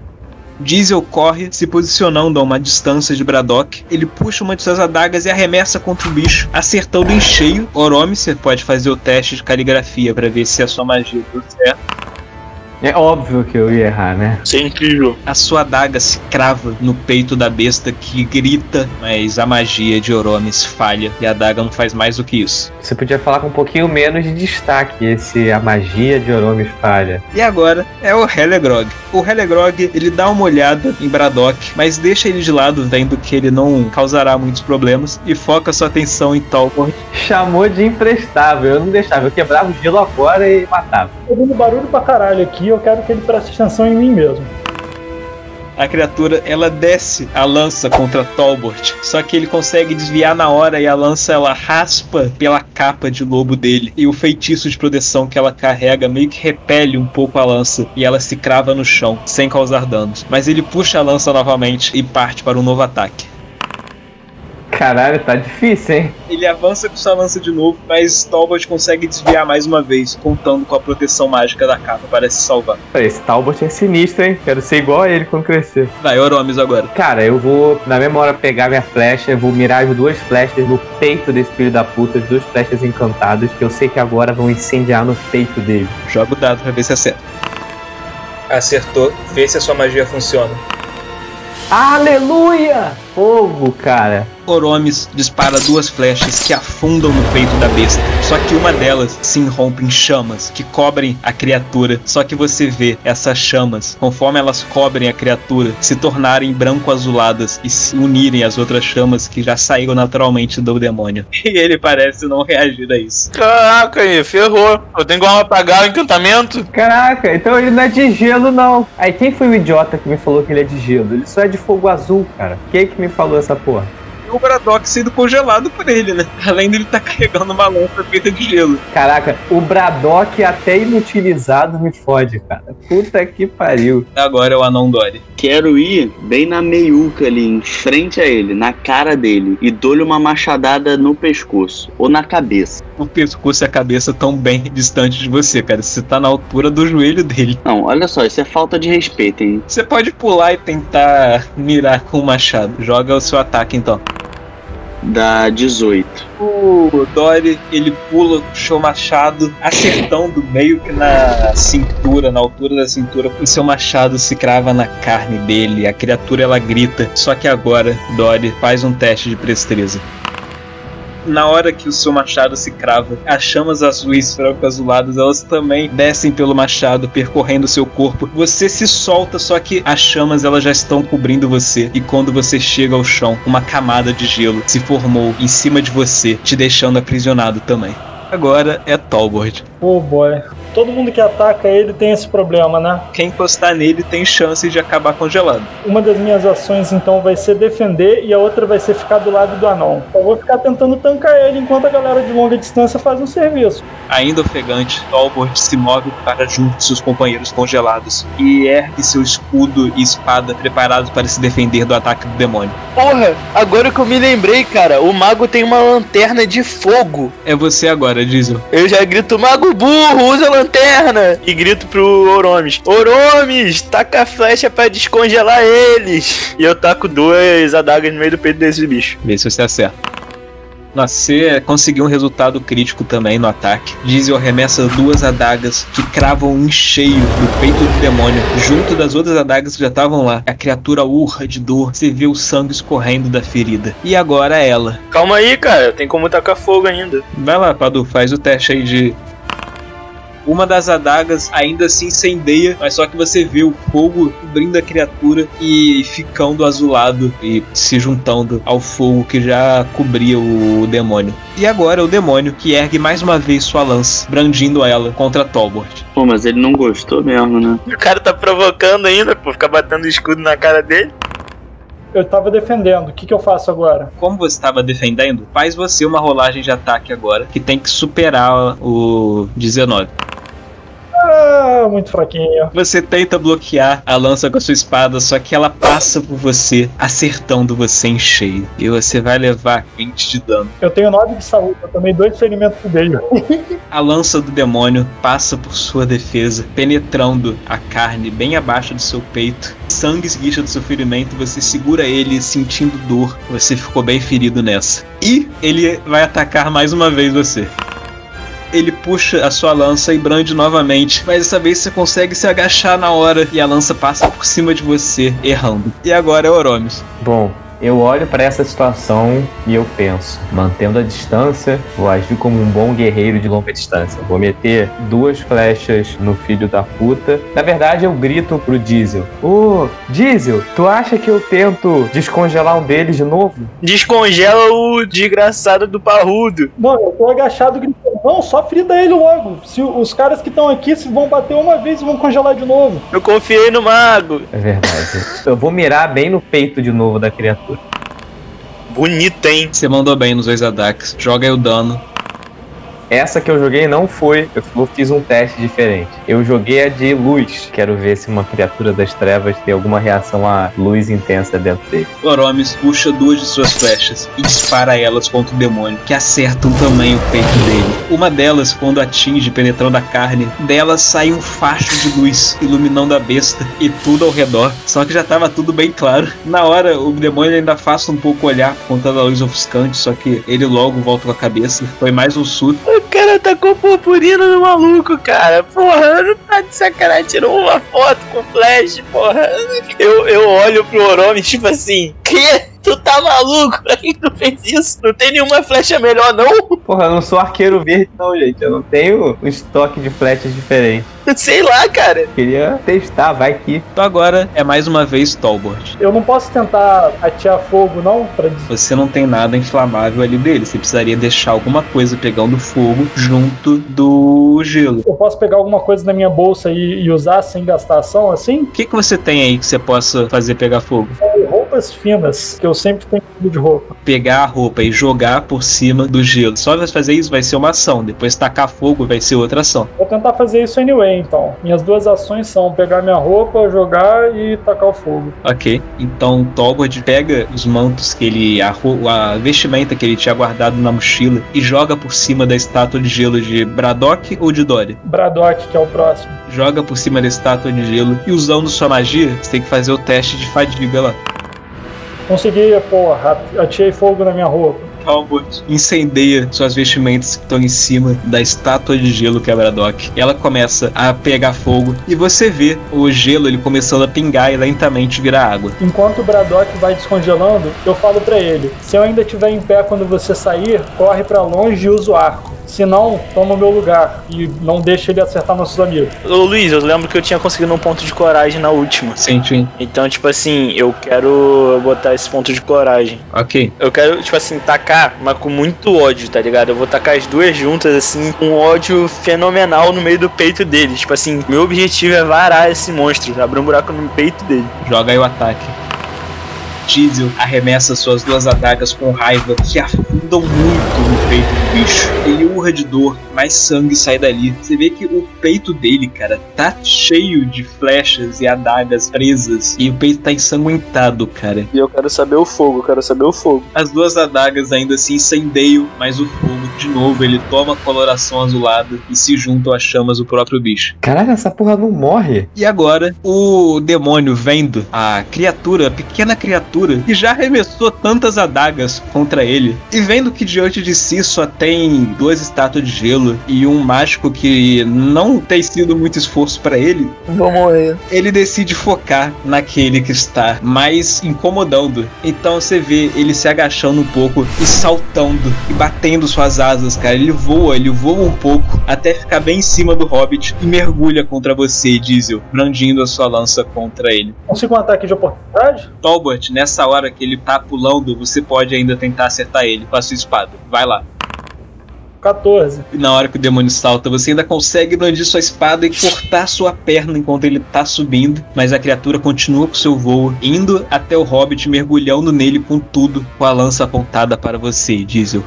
Diesel corre, se posicionando a uma distância de Braddock. Ele puxa uma de suas adagas e arremessa contra o bicho, acertando em cheio. Oromi, você pode fazer o teste de caligrafia pra ver se a sua magia deu certo. É óbvio que eu ia errar, né? Isso é incrível. A sua adaga se crava no peito da besta, que grita, mas a magia de Oromis falha e a adaga não faz mais do que isso. Você podia falar com um pouquinho menos de destaque, a magia de Oromis falha. E agora é o Helegrog. O Helegrog, ele dá uma olhada em Braddock, mas deixa ele de lado, vendo que ele não causará muitos problemas, e foca sua atenção em Talbot. Chamou de imprestável, eu não deixava, eu quebrava o gelo agora e matava. Tô ouvindo barulho pra caralho aqui, eu quero que ele preste atenção em mim mesmo. A criatura, ela desce a lança contra Talbot, só que ele consegue desviar na hora e a lança, ela raspa pela capa de lobo dele, e o feitiço de proteção que ela carrega meio que repele um pouco a lança e ela se crava no chão, sem causar danos. Mas ele puxa a lança novamente e parte para um novo ataque. Caralho, tá difícil, hein? Ele avança com sua lança de novo, mas Talbot consegue desviar mais uma vez, contando com a proteção mágica da capa para se salvar. Esse Talbot é sinistro, hein? Quero ser igual a ele quando crescer. Vai, Oromis agora. Cara, eu vou, na mesma hora, pegar minha flecha, vou mirar as duas flechas no peito desse filho da puta, as duas flechas encantadas, que eu sei que agora vão incendiar no peito dele. Joga o dado pra ver se acerta. Acertou, vê se a sua magia funciona. Aleluia! Fogo, cara. Oromis dispara duas flechas que afundam no peito da besta. Só que uma delas se irrompe em chamas que cobrem a criatura. Só que você vê essas chamas, conforme elas cobrem a criatura, se tornarem branco-azuladas e se unirem às outras chamas que já saíram naturalmente do demônio. E ele parece não reagir a isso. Caraca, aí, ferrou. Eu tenho como apagar o encantamento? Caraca, então ele não é de gelo, não. Aí quem foi o idiota que me falou que ele é de gelo? Ele só é de fogo azul, cara. Quem é que me falou essa porra? O Braddock sendo congelado por ele, né? Além dele estar carregando uma lança feita de gelo. Caraca, o Braddock até inutilizado me fode, cara. Puta que pariu. Agora é o Anão Dory. Quero ir bem na meiuca ali, em frente a ele, na cara dele, e dou-lhe uma machadada no pescoço, ou na cabeça. O pescoço e a cabeça tão bem distantes de você, cara. Você tá na altura do joelho dele. Não, olha só, isso é falta de respeito, hein? Você pode pular e tentar mirar com o machado. Joga o seu ataque, então. Dá 18. O Dory, ele pula, puxa o machado, acertando meio que na cintura, na altura da cintura. O seu machado se crava na carne dele, a criatura, ela grita. Só que agora, Dory faz um teste de presteza. Na hora que o seu machado se crava, as chamas azuis franco-azuladas, elas também descem pelo machado, percorrendo seu corpo. Você se solta, só que as chamas, elas já estão cobrindo você. E quando você chega ao chão, uma camada de gelo se formou em cima de você, te deixando aprisionado também. Agora é Talbot. Oh boy. Todo mundo que ataca ele tem esse problema, né? Quem encostar nele tem chance de acabar congelado. Uma das minhas ações, então, vai ser defender e a outra vai ser ficar do lado do anão. Eu vou ficar tentando tancar ele enquanto a galera de longa distância faz um serviço. Ainda ofegante, Talbot se move para junto de seus companheiros congelados e ergue seu escudo e espada preparados para se defender do ataque do demônio. Porra, agora que eu me lembrei, cara, o mago tem uma lanterna de fogo. É você agora, Diesel. Eu já grito, mago burro, usa a lanterna! E grito pro Oromes, Oromes, taca a flecha pra descongelar eles! E eu taco 2 adagas no meio do peito desse bicho. Vê se você acerta. Nossa, você conseguiu um resultado crítico também no ataque. Diesel arremessa 2 adagas que cravam em cheio no peito do demônio, junto das outras adagas que já estavam lá. A criatura urra de dor, você vê o sangue escorrendo da ferida. E agora ela. Calma aí, cara, tem como tacar fogo ainda. Vai lá, Padu, faz o teste aí de... Uma das adagas ainda se incendeia, mas só que você vê o fogo cobrindo a criatura e ficando azulado e se juntando ao fogo que já cobria o demônio. E agora o demônio que ergue mais uma vez sua lança, brandindo ela contra Talbot. Pô, mas ele não gostou mesmo, né? O cara tá provocando ainda, pô, ficar batendo escudo na cara dele. Eu tava defendendo, o que eu faço agora? Como você estava defendendo, faz você uma rolagem de ataque agora, que tem que superar o 19. Ah, muito fraquinho. Você tenta bloquear a lança com a sua espada, só que ela passa por você, acertando você em cheio. E você vai levar 20 de dano. Eu tenho 9 de saúde, eu tomei 2 ferimentos no meio. A lança do demônio passa por sua defesa, penetrando a carne bem abaixo do seu peito. Sangue esguicha do seu ferimento, você segura ele sentindo dor. Você ficou bem ferido nessa. E ele vai atacar mais uma vez você. Ele puxa a sua lança e brande novamente, mas dessa vez você consegue se agachar na hora e a lança passa por cima de você, errando. E agora é Oromes. Bom, eu olho para essa situação e eu penso, mantendo a distância, vou agir como um bom guerreiro de longa distância. Vou meter 2 flechas no filho da puta. Na verdade, eu grito pro Diesel. Ô, Diesel, tu acha que eu tento descongelar um deles de novo? Descongela o desgraçado do parrudo. Não, eu tô agachado gritando. Não, só frita ele logo. Se os caras que estão aqui se vão bater uma vez e vão congelar de novo. Eu confiei no mago. É verdade. Eu vou mirar bem no peito de novo da criatura. Bonito, hein? Você mandou bem nos 2 ataques. Joga aí o dano. Essa que eu joguei não foi, eu fiz um teste diferente. Eu joguei a de luz. Quero ver se uma criatura das trevas tem alguma reação à luz intensa dentro dele. Oromes puxa 2 de suas flechas e dispara elas contra o demônio, que acertam também o peito dele. Uma delas, quando atinge, penetrando a carne, dela sai um facho de luz, iluminando a besta e tudo ao redor. Só que já estava tudo bem claro. Na hora, o demônio ainda afasta um pouco o olhar por conta da luz ofuscante, só que ele logo volta com a cabeça. Foi mais um susto. O cara tacou purpurina no maluco, cara. Porra, não tá de sacanagem. Tirou uma foto com flash, porra. Eu olho pro Oromes, tipo assim, que? Tu tá maluco? Pra que tu fez isso? Não tem nenhuma flecha melhor, não? Porra, eu não sou arqueiro verde, não, gente. Eu não tenho um estoque de flechas diferente. Sei lá, cara. Queria testar, vai que. Então agora é mais uma vez Talbot. Eu não posso tentar atear fogo, não? Você não tem nada inflamável ali dele. Você precisaria deixar alguma coisa pegando fogo junto do gelo. Eu posso pegar alguma coisa na minha bolsa e usar sem gastar ação, assim? O que você tem aí que você possa fazer pegar fogo? Roupas finas, que eu sempre tenho de roupa. Pegar a roupa e jogar por cima do gelo. Só vai fazer isso vai ser uma ação. Depois tacar fogo vai ser outra ação. Vou tentar fazer isso anyway, então. Minhas 2 ações são pegar minha roupa, jogar e tacar o fogo. Ok. Então Talbot pega os mantos que ele... A vestimenta que ele tinha guardado na mochila e joga por cima da estátua de gelo de Braddock ou de Dory? Braddock, que é o próximo. Joga por cima da estátua de gelo e usando sua magia, você tem que fazer o teste de fadiga lá. Consegui, porra, atirei fogo na minha roupa. Talbot incendeia suas vestimentas que estão em cima da estátua de gelo que é a Braddock. Ela começa a pegar fogo e você vê o gelo ele começando a pingar e lentamente virar água. Enquanto o Braddock vai descongelando, eu falo pra ele: se eu ainda estiver em pé quando você sair, corre pra longe e usa o arco. Se não, toma o meu lugar e não deixa ele acertar nossos amigos. Ô Luiz, eu lembro que eu tinha conseguido um ponto de coragem na última. Sim, Twin. Então, tipo assim, eu quero botar esse ponto de coragem. Ok. Eu quero, tipo assim, tacar, mas com muito ódio, tá ligado? Eu vou tacar as duas juntas, assim, com um ódio fenomenal no meio do peito dele. Tipo assim, meu objetivo é varar esse monstro, abrir um buraco no peito dele. Joga aí o ataque. Diesel arremessa suas duas adagas com raiva que afundam muito no peito do bicho. Ele urra de dor, mais sangue sai dali. Você vê que o peito dele, cara, tá cheio de flechas e adagas presas. E o peito tá ensanguentado, cara. E eu quero saber o fogo, As duas adagas ainda se incendeiam, mas o fogo, de novo, ele toma a coloração azulada e se juntam às chamas do próprio bicho. Caralho, essa porra não morre. E agora, o demônio vendo a criatura, a pequena criatura, que já arremessou tantas adagas contra ele, e vendo que diante de si só tem duas estátuas de gelo e um mágico que não tem sido muito esforço pra ele, Vou morrer. ele decide focar naquele que está mais incomodando. Então você vê ele se agachando um pouco e saltando e batendo suas asas, cara. Ele voa um pouco até ficar bem em cima do Hobbit e mergulha contra você, Diesel, brandindo a sua lança contra ele. Consigo um ataque de oportunidade? Talbot, nessa hora que ele tá pulando, você pode ainda tentar acertar ele com a sua espada. Vai lá. 14. E na hora que o demônio salta, você ainda consegue brandir sua espada e cortar sua perna enquanto ele tá subindo, mas a criatura continua com seu voo, indo até o Hobbit, mergulhando nele com tudo, com a lança apontada para você, Diesel.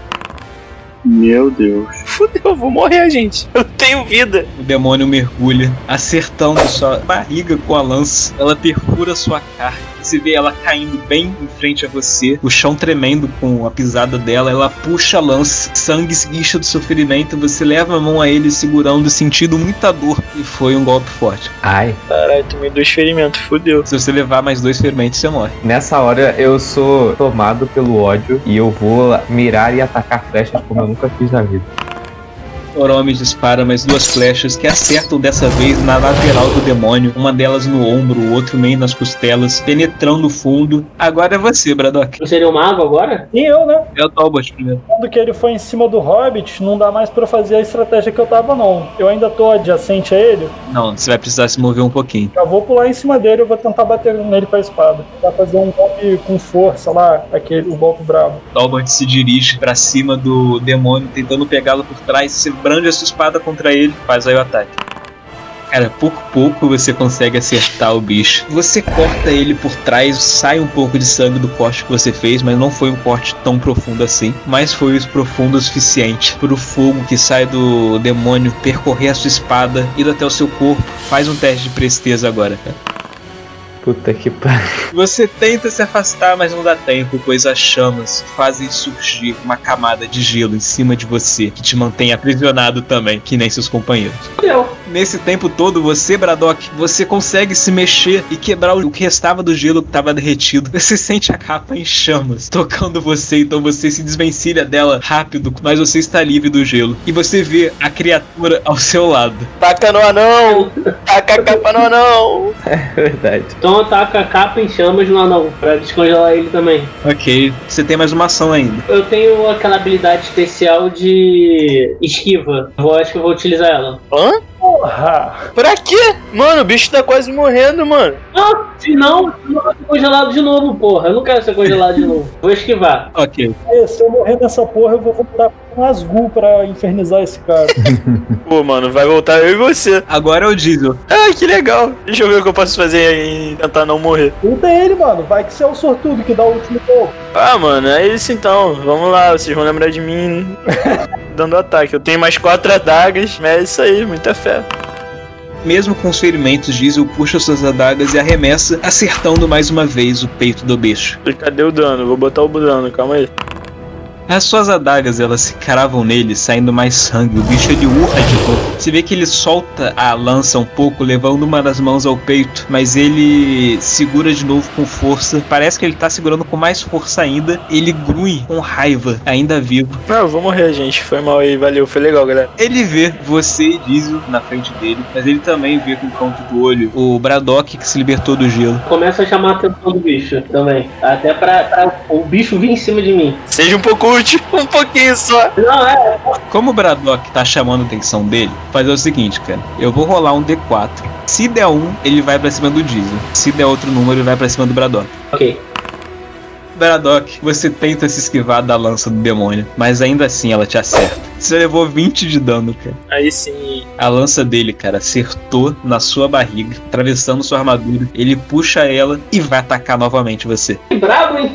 Meu Deus. Fudeu, eu vou morrer, gente. Eu tenho vida. O demônio mergulha, acertando sua barriga com a lança. Ela perfura sua carne. Você vê ela caindo bem em frente a você, o chão tremendo com a pisada dela. Ela puxa a lança, sangue esguicha do seu ferimento. Você leva a mão a ele, segurando, sentindo muita dor. E foi um golpe forte. Ai. Caralho, tomei 2 ferimentos, fudeu. Se você levar mais 2 ferimentos, você morre. Nessa hora eu sou tomado pelo ódio e eu vou mirar e atacar flechas como eu nunca fiz na vida. Oromes dispara mais 2 flechas que acertam dessa vez na lateral do demônio, uma delas no ombro, o outro meio nas costelas, penetrando fundo. Agora é você, Braddock. Não seria o mago agora? E eu, né? É o Talbot primeiro. Quando que ele foi em cima do Hobbit, não dá mais pra fazer a estratégia que eu tava, não. Eu ainda tô adjacente a ele, Não, você vai precisar se mover um pouquinho. já vou pular em cima dele, eu vou tentar bater nele com a espada. Vai fazer um golpe com força lá, o golpe brabo. Talbot se dirige pra cima do demônio, tentando pegá-lo por trás. Você brande a sua espada contra ele, faz aí o ataque. Cara, pouco você consegue acertar o bicho. Você corta ele por trás, sai um pouco de sangue do corte que você fez, mas não foi um corte tão profundo assim. Mas foi profundo o suficiente para o fogo que sai do demônio percorrer a sua espada, ir até o seu corpo. Faz um teste de presteza agora, cara. Puta que pariu. Você tenta se afastar, mas não dá tempo, pois as chamas fazem surgir uma camada de gelo em cima de você, que te mantém aprisionado também, que nem seus companheiros. Nesse tempo todo, você, Braddock, você consegue se mexer e quebrar o que restava do gelo que estava derretido. Você sente a capa em chamas, tocando você, então você se desvencilha dela rápido, mas você está livre do gelo. E você vê a criatura ao seu lado. Taca no anão! Taca a capa no anão! É verdade. Então ataca a capa em chamas no anão, pra descongelar ele também. Ok, você tem mais uma ação ainda. Eu tenho aquela habilidade especial de esquiva. Eu acho que eu vou utilizar ela. Hã? Porra! Pra quê? Mano, o bicho tá quase morrendo, mano. Ah, se não, eu vou ser congelado de novo, porra. Eu não quero ser congelado de novo. Vou esquivar. Ok. Se eu morrer nessa porra, eu vou voltar com um Asgul pra infernizar esse cara. Pô, mano, vai voltar eu e você. Agora é o Diesel. Ah, que legal. Deixa eu ver o que eu posso fazer e tentar não morrer. Luta ele, mano. Vai que você é o sortudo que dá o último golpe. Ah, mano, é isso então. Vamos lá, vocês vão lembrar de mim dando ataque. Eu tenho mais 4 adagas, mas é isso aí, muita fé. Mesmo com os ferimentos, Diesel puxa suas adagas e arremessa, acertando mais uma vez o peito do bicho. E cadê o dano? Vou botar o dano, calma aí. As suas adagas, elas se cravam nele, saindo mais sangue. O bicho, ele urra de dor. Você vê que ele solta a lança um pouco, levando uma das mãos ao peito, mas ele segura de novo com força. Parece que ele tá segurando com mais força ainda. Ele grunhe com raiva, ainda vivo. Não, eu vou morrer, gente. Foi mal aí, valeu. Foi legal, galera. Ele vê você e Diesel na frente dele, mas ele também vê com o canto do olho o Braddock que se libertou do gelo. Começa a chamar a atenção do bicho também. Até pra o bicho vir em cima de mim. Seja um pouco útil. útil, um pouquinho só. Não, é. Como o Braddock tá chamando a atenção dele, fazer o seguinte, cara. Eu vou rolar um D4. Se der 1, ele vai pra cima do Diesel. Se der outro número, ele vai pra cima do Braddock. Ok. Braddock, você tenta se esquivar da lança do demônio, mas ainda assim ela te acerta. Você levou 20 de dano, cara. Aí sim. A lança dele, cara, acertou na sua barriga, atravessando sua armadura. Ele puxa ela e vai atacar novamente você. Que brabo, hein?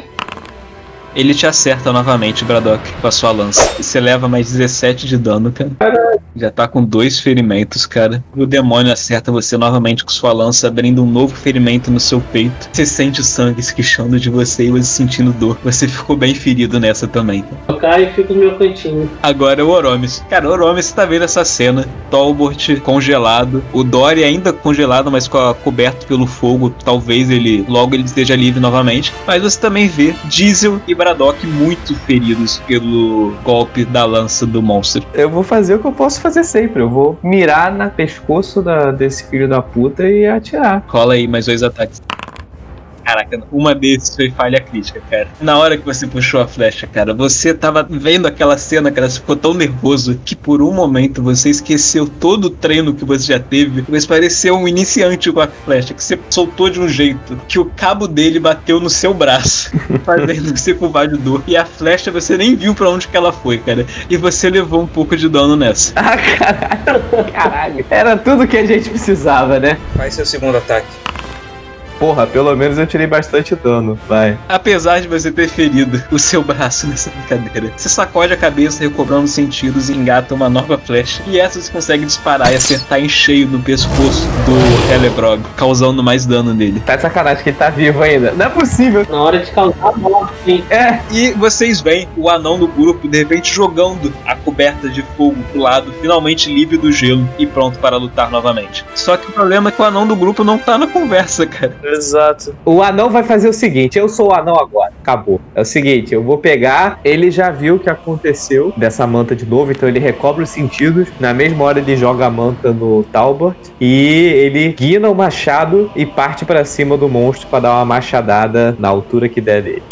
Ele te acerta novamente, Braddock, com a sua lança. E você leva mais 17 de dano, cara. Já tá com 2 ferimentos, cara. O demônio acerta você novamente com sua lança, abrindo um novo ferimento no seu peito. Você sente o sangue esquichando de você e você sentindo dor. Você ficou bem ferido nessa também. Eu caio e fico no meu cantinho. Agora é o Oromis. Cara, o Oromis, você tá vendo essa cena. Tolbort congelado. O Dory ainda congelado, mas coberto pelo fogo. Talvez logo ele esteja livre novamente. Mas você também vê Diesel e Braddock muito feridos pelo golpe da lança do monstro. Eu vou fazer o que eu posso fazer sempre. Eu vou mirar no pescoço desse filho da puta e atirar. Rola aí mais 2 ataques. Caraca, uma desses foi falha crítica, cara. Na hora que você puxou a flecha, cara, você tava vendo aquela cena, cara, você ficou tão nervoso que por um momento você esqueceu todo o treino que você já teve. Você pareceu um iniciante com a flecha, que você soltou de um jeito que o cabo dele bateu no seu braço, fazendo você curvar de dor. E a flecha você nem viu pra onde que ela foi, cara. E você levou um pouco de dano nessa. Ah, caralho. Caralho. Era tudo que a gente precisava, né? Faz seu segundo ataque. Porra, pelo menos eu tirei bastante dano, vai. Apesar de você ter ferido o seu braço nessa brincadeira, você sacode a cabeça recobrando os sentidos e engata uma nova flecha. E essa você consegue disparar e acertar em cheio no pescoço do Helebrog, causando mais dano nele. Tá de sacanagem que ele tá vivo ainda. Não é possível. Na hora de causar a morte. É. E vocês veem o anão do grupo de repente jogando a coberta de fogo pro lado, finalmente livre do gelo e pronto para lutar novamente. Só que o problema é que o anão do grupo não tá na conversa, cara. Exato. O anão vai fazer o seguinte, eu sou o anão agora, acabou. É o seguinte, eu vou pegar, ele já viu o que aconteceu dessa manta de novo, então ele recobra os sentidos, na mesma hora ele joga a manta no Talbot e ele guina o machado e parte pra cima do monstro pra dar uma machadada na altura que der dele.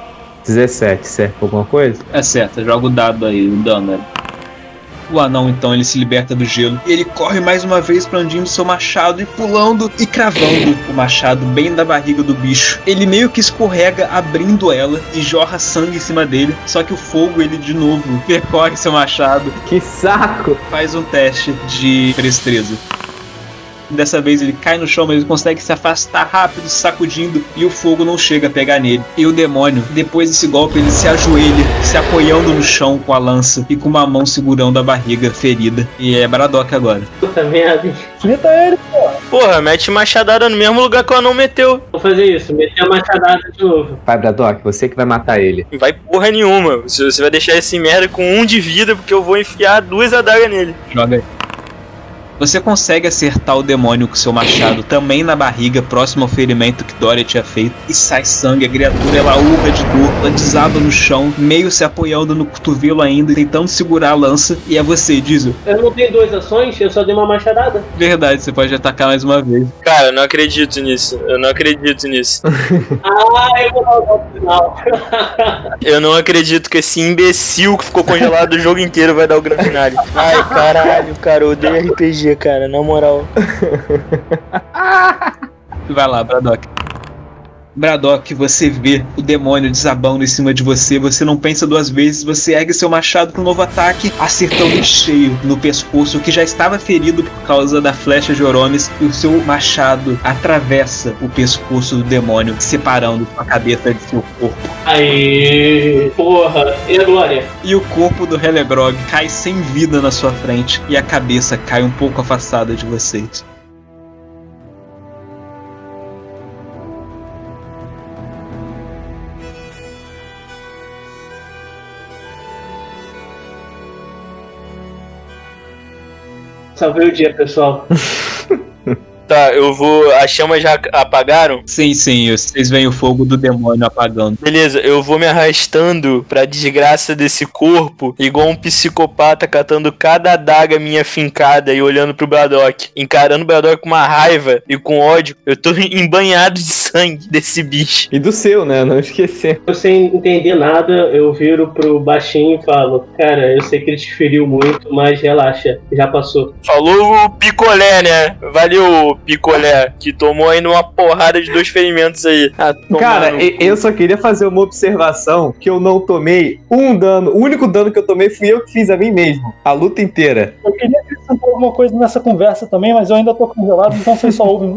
17, certo? Alguma coisa? É certo, joga o dado aí, o dano, né? O anão, então, ele se liberta do gelo e ele corre mais uma vez brandindo seu machado e pulando e cravando o machado bem na barriga do bicho. Ele meio que escorrega abrindo ela e jorra sangue em cima dele, só que o fogo, ele de novo percorre seu machado. Que saco! Faz um teste de destreza. Dessa vez ele cai no chão, mas ele consegue se afastar rápido, sacudindo, e o fogo não chega a pegar nele. E o demônio, depois desse golpe, ele se ajoelha, se apoiando no chão com a lança e com uma mão segurando a barriga ferida. E é Braddock agora. Puta merda. Frita ele, porra. Porra, mete machadada no mesmo lugar que o anão meteu. Vou fazer isso, meter a machadada de novo. Vai, Braddock, você que vai matar ele. Não vai porra nenhuma. Você vai deixar esse merda com 1 de vida, porque eu vou enfiar 2 adagas nele. Joga aí. Você consegue acertar o demônio com seu machado também na barriga, próximo ao ferimento que Dory tinha feito, e sai sangue. A criatura, ela urra de dor, ela desaba no chão, meio se apoiando no cotovelo ainda, tentando segurar a lança. E é você, Diesel. Eu não tenho 2 ações, eu só dei uma machadada. Verdade, você pode atacar mais uma vez. Cara, eu não acredito nisso. Eu não acredito nisso. Eu vou dar o golpe final. Eu não acredito que esse imbecil que ficou congelado o jogo inteiro vai dar o grande finale. Ai, caralho, cara, eu odeio RPG, cara, na moral. Vai lá, Braddock. Braddock, você vê o demônio desabando em cima de você, você não pensa 2 vezes, você ergue seu machado para um novo ataque, acertando em cheio no pescoço, que já estava ferido por causa da flecha de Oromis, e o seu machado atravessa o pescoço do demônio, separando a cabeça de seu corpo. Aí, porra, e a glória? E o corpo do Helebrog cai sem vida na sua frente, e a cabeça cai um pouco afastada de vocês. Salvei o dia, pessoal. Tá, eu vou... As chamas já apagaram? Sim, vocês veem o fogo do demônio apagando. Beleza, eu vou me arrastando pra desgraça desse corpo, igual um psicopata catando cada adaga minha fincada e olhando pro Braddock, encarando o Braddock com uma raiva e com ódio. Eu tô embanhado de sangue desse bicho. E do seu, né? Não esquecer. Eu sem entender nada, eu viro pro baixinho e falo: cara, eu sei que ele te feriu muito, mas relaxa, já passou. Falou o Picolé, né? Valeu, Picolé, que tomou ainda uma porrada de 2 ferimentos aí. Cara, eu só queria fazer uma observação que eu não tomei um dano. O único dano que eu tomei fui eu que fiz a mim mesmo. A luta inteira. Eu queria acrescentar alguma coisa nessa conversa também, mas eu ainda tô congelado, então vocês só ouvem.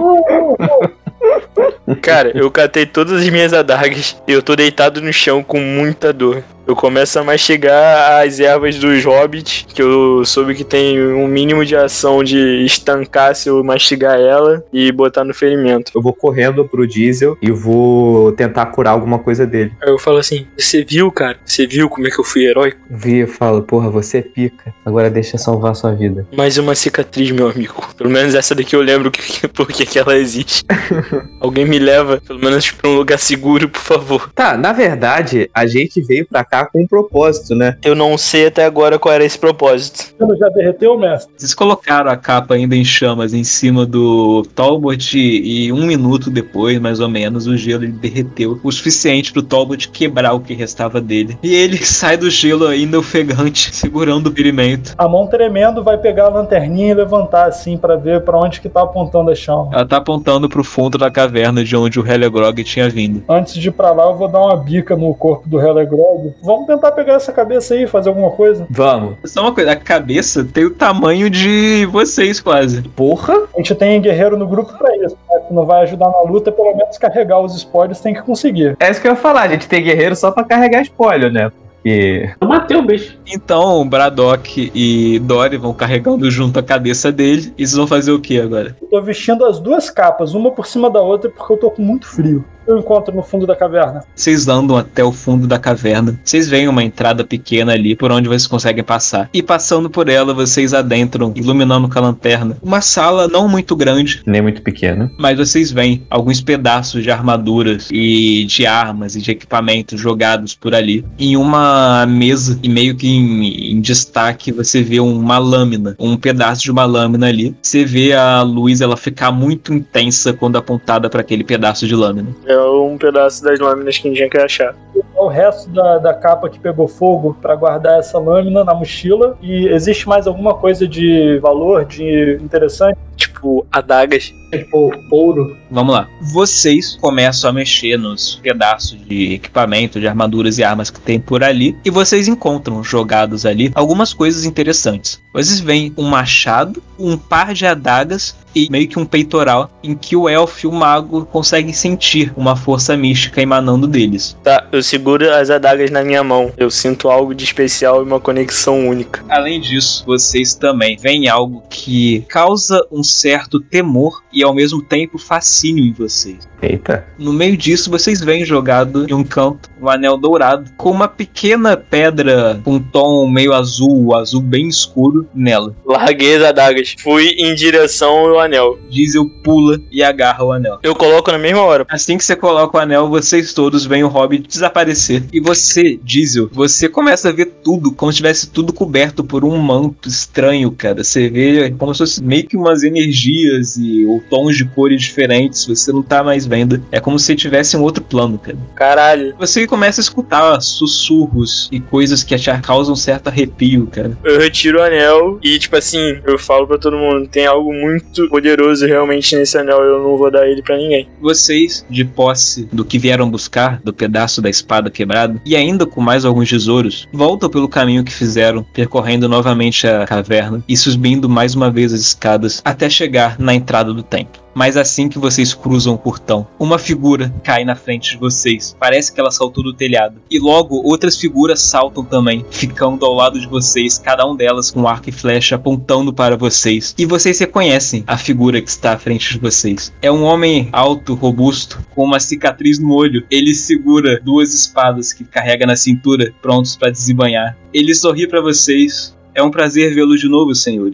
Cara, eu catei todas as minhas adagas e eu tô deitado no chão com muita dor. Eu começo a mastigar as ervas dos hobbits, que eu soube que tem um mínimo de ação de estancar se eu mastigar ela e botar no ferimento. Eu vou correndo pro Diesel e vou tentar curar alguma coisa dele. Aí eu falo assim: você viu, cara? Você viu como é que eu fui heróico? Vi, eu falo, porra, você é pica. Agora deixa salvar sua vida. Mais uma cicatriz, meu amigo. Pelo menos essa daqui eu lembro por que ela existe. Alguém me leva, pelo menos, pra um lugar seguro, por favor. Tá, na verdade, a gente veio pra cá com um propósito, né? Eu não sei até agora qual era esse propósito. Ele já derreteu, mestre? Vocês colocaram a capa ainda em chamas em cima do Talbot e 1 minuto depois, mais ou menos, o gelo ele derreteu o suficiente pro Talbot quebrar o que restava dele. E ele sai do gelo ainda ofegante, segurando o ferimento. A mão tremendo vai pegar a lanterninha e levantar assim pra ver pra onde que tá apontando a chama. Ela tá apontando pro fundo da caverna de onde o Helegrog tinha vindo. Antes de ir pra lá, eu vou dar uma bica no corpo do Helegrog. Vamos tentar pegar essa cabeça aí e fazer alguma coisa? Vamos. Só uma coisa, a cabeça tem o tamanho de vocês quase. Porra! A gente tem guerreiro no grupo pra isso, né? Se não vai ajudar na luta, pelo menos carregar os spoilers tem que conseguir. É isso que eu ia falar, a gente tem guerreiro só pra carregar spoiler, né? Porque... Eu matei o bicho. Então, Braddock e Dory vão carregando junto a cabeça dele. E vocês vão fazer o que agora? Eu tô vestindo as duas capas, uma por cima da outra, porque eu tô com muito frio. Eu encontro no fundo da caverna. Vocês andam até o fundo da caverna. Vocês veem uma entrada pequena ali por onde vocês conseguem passar. E passando por ela, vocês adentram, iluminando com a lanterna, uma sala não muito grande, nem muito pequena. Mas vocês veem alguns pedaços de armaduras e de armas e de equipamentos jogados por ali. Em uma mesa, e meio que em destaque, você vê uma lâmina, um pedaço de uma lâmina ali. Você vê a luz ela ficar muito intensa quando apontada para aquele pedaço de lâmina. É um pedaço das lâminas que a gente tinha que achar. O resto da capa que pegou fogo para guardar essa lâmina na mochila. E existe mais alguma coisa de valor, de interessante? Tipo, adagas. Tipo, ouro. Vamos lá. Vocês começam a mexer nos pedaços de equipamento, de armaduras e armas que tem por ali. E vocês encontram jogados ali algumas coisas interessantes. Vocês veem um machado, um par de adagas e meio que um peitoral em que o elfo e o mago conseguem sentir uma força mística emanando deles. Tá, eu seguro as adagas na minha mão. Eu sinto algo de especial e uma conexão única. Além disso, vocês também veem algo que causa um certo temor e ao mesmo tempo fascínio em vocês. Eita. No meio disso, vocês veem jogado em um canto um anel dourado com uma pequena pedra com um tom meio azul, azul bem escuro nela. Larguei as adagas. Fui em direção ao anel. Diesel pula e agarra o anel. Eu coloco na mesma hora. Assim que você coloca o anel, vocês todos veem o Hobbit desaparecer. E você, Diesel, você começa a ver tudo como se tivesse tudo coberto por um manto estranho, cara. Você vê como se fosse meio que umas energias ou tons de cores diferentes. Você não tá mais vendo. É como se tivesse um outro plano, cara. Caralho. Você começa a escutar sussurros e coisas que te causam certo arrepio, cara. Eu retiro o anel e, tipo assim, eu falo pra todo mundo, tem algo muito poderoso realmente nesse anel, eu não vou dar ele pra ninguém. Vocês, de posse do que vieram buscar, do pedaço da espada quebrado, e ainda com mais alguns tesouros, voltam pelo caminho que fizeram, percorrendo novamente a caverna e subindo mais uma vez as escadas até chegar na entrada do templo. Mas assim que vocês cruzam o portão, uma figura cai na frente de vocês. Parece que ela saltou do telhado. E logo outras figuras saltam também, ficando ao lado de vocês, cada uma delas com arco e flecha apontando para vocês. E vocês reconhecem a figura que está à frente de vocês. É um homem alto, robusto, com uma cicatriz no olho. Ele segura 2 espadas que carrega na cintura, prontos para desembainhar. Ele sorri para vocês. É um prazer vê-los de novo, senhores.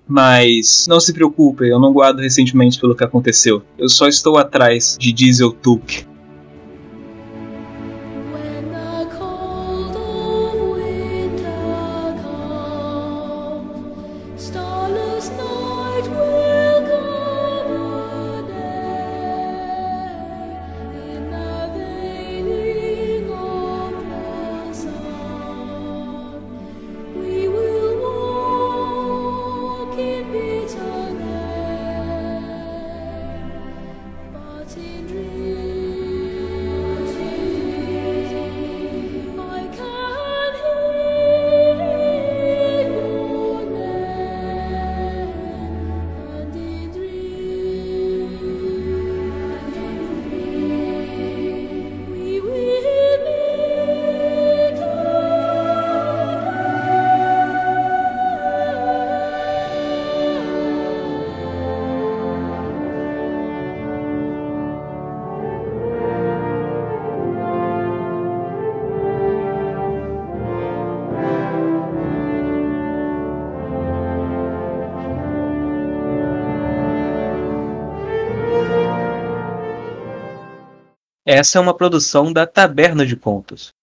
Mas não se preocupe, eu não guardo ressentimentos pelo que aconteceu. Eu só estou atrás de Diesel Tulk. When the cold of winter comes, starless night will cover day. In the veiling of the sun, we will walk in bitter rain, but in dreams I can hear your name, and in dreams we will meet Essa é uma produção da Taberna de Contos.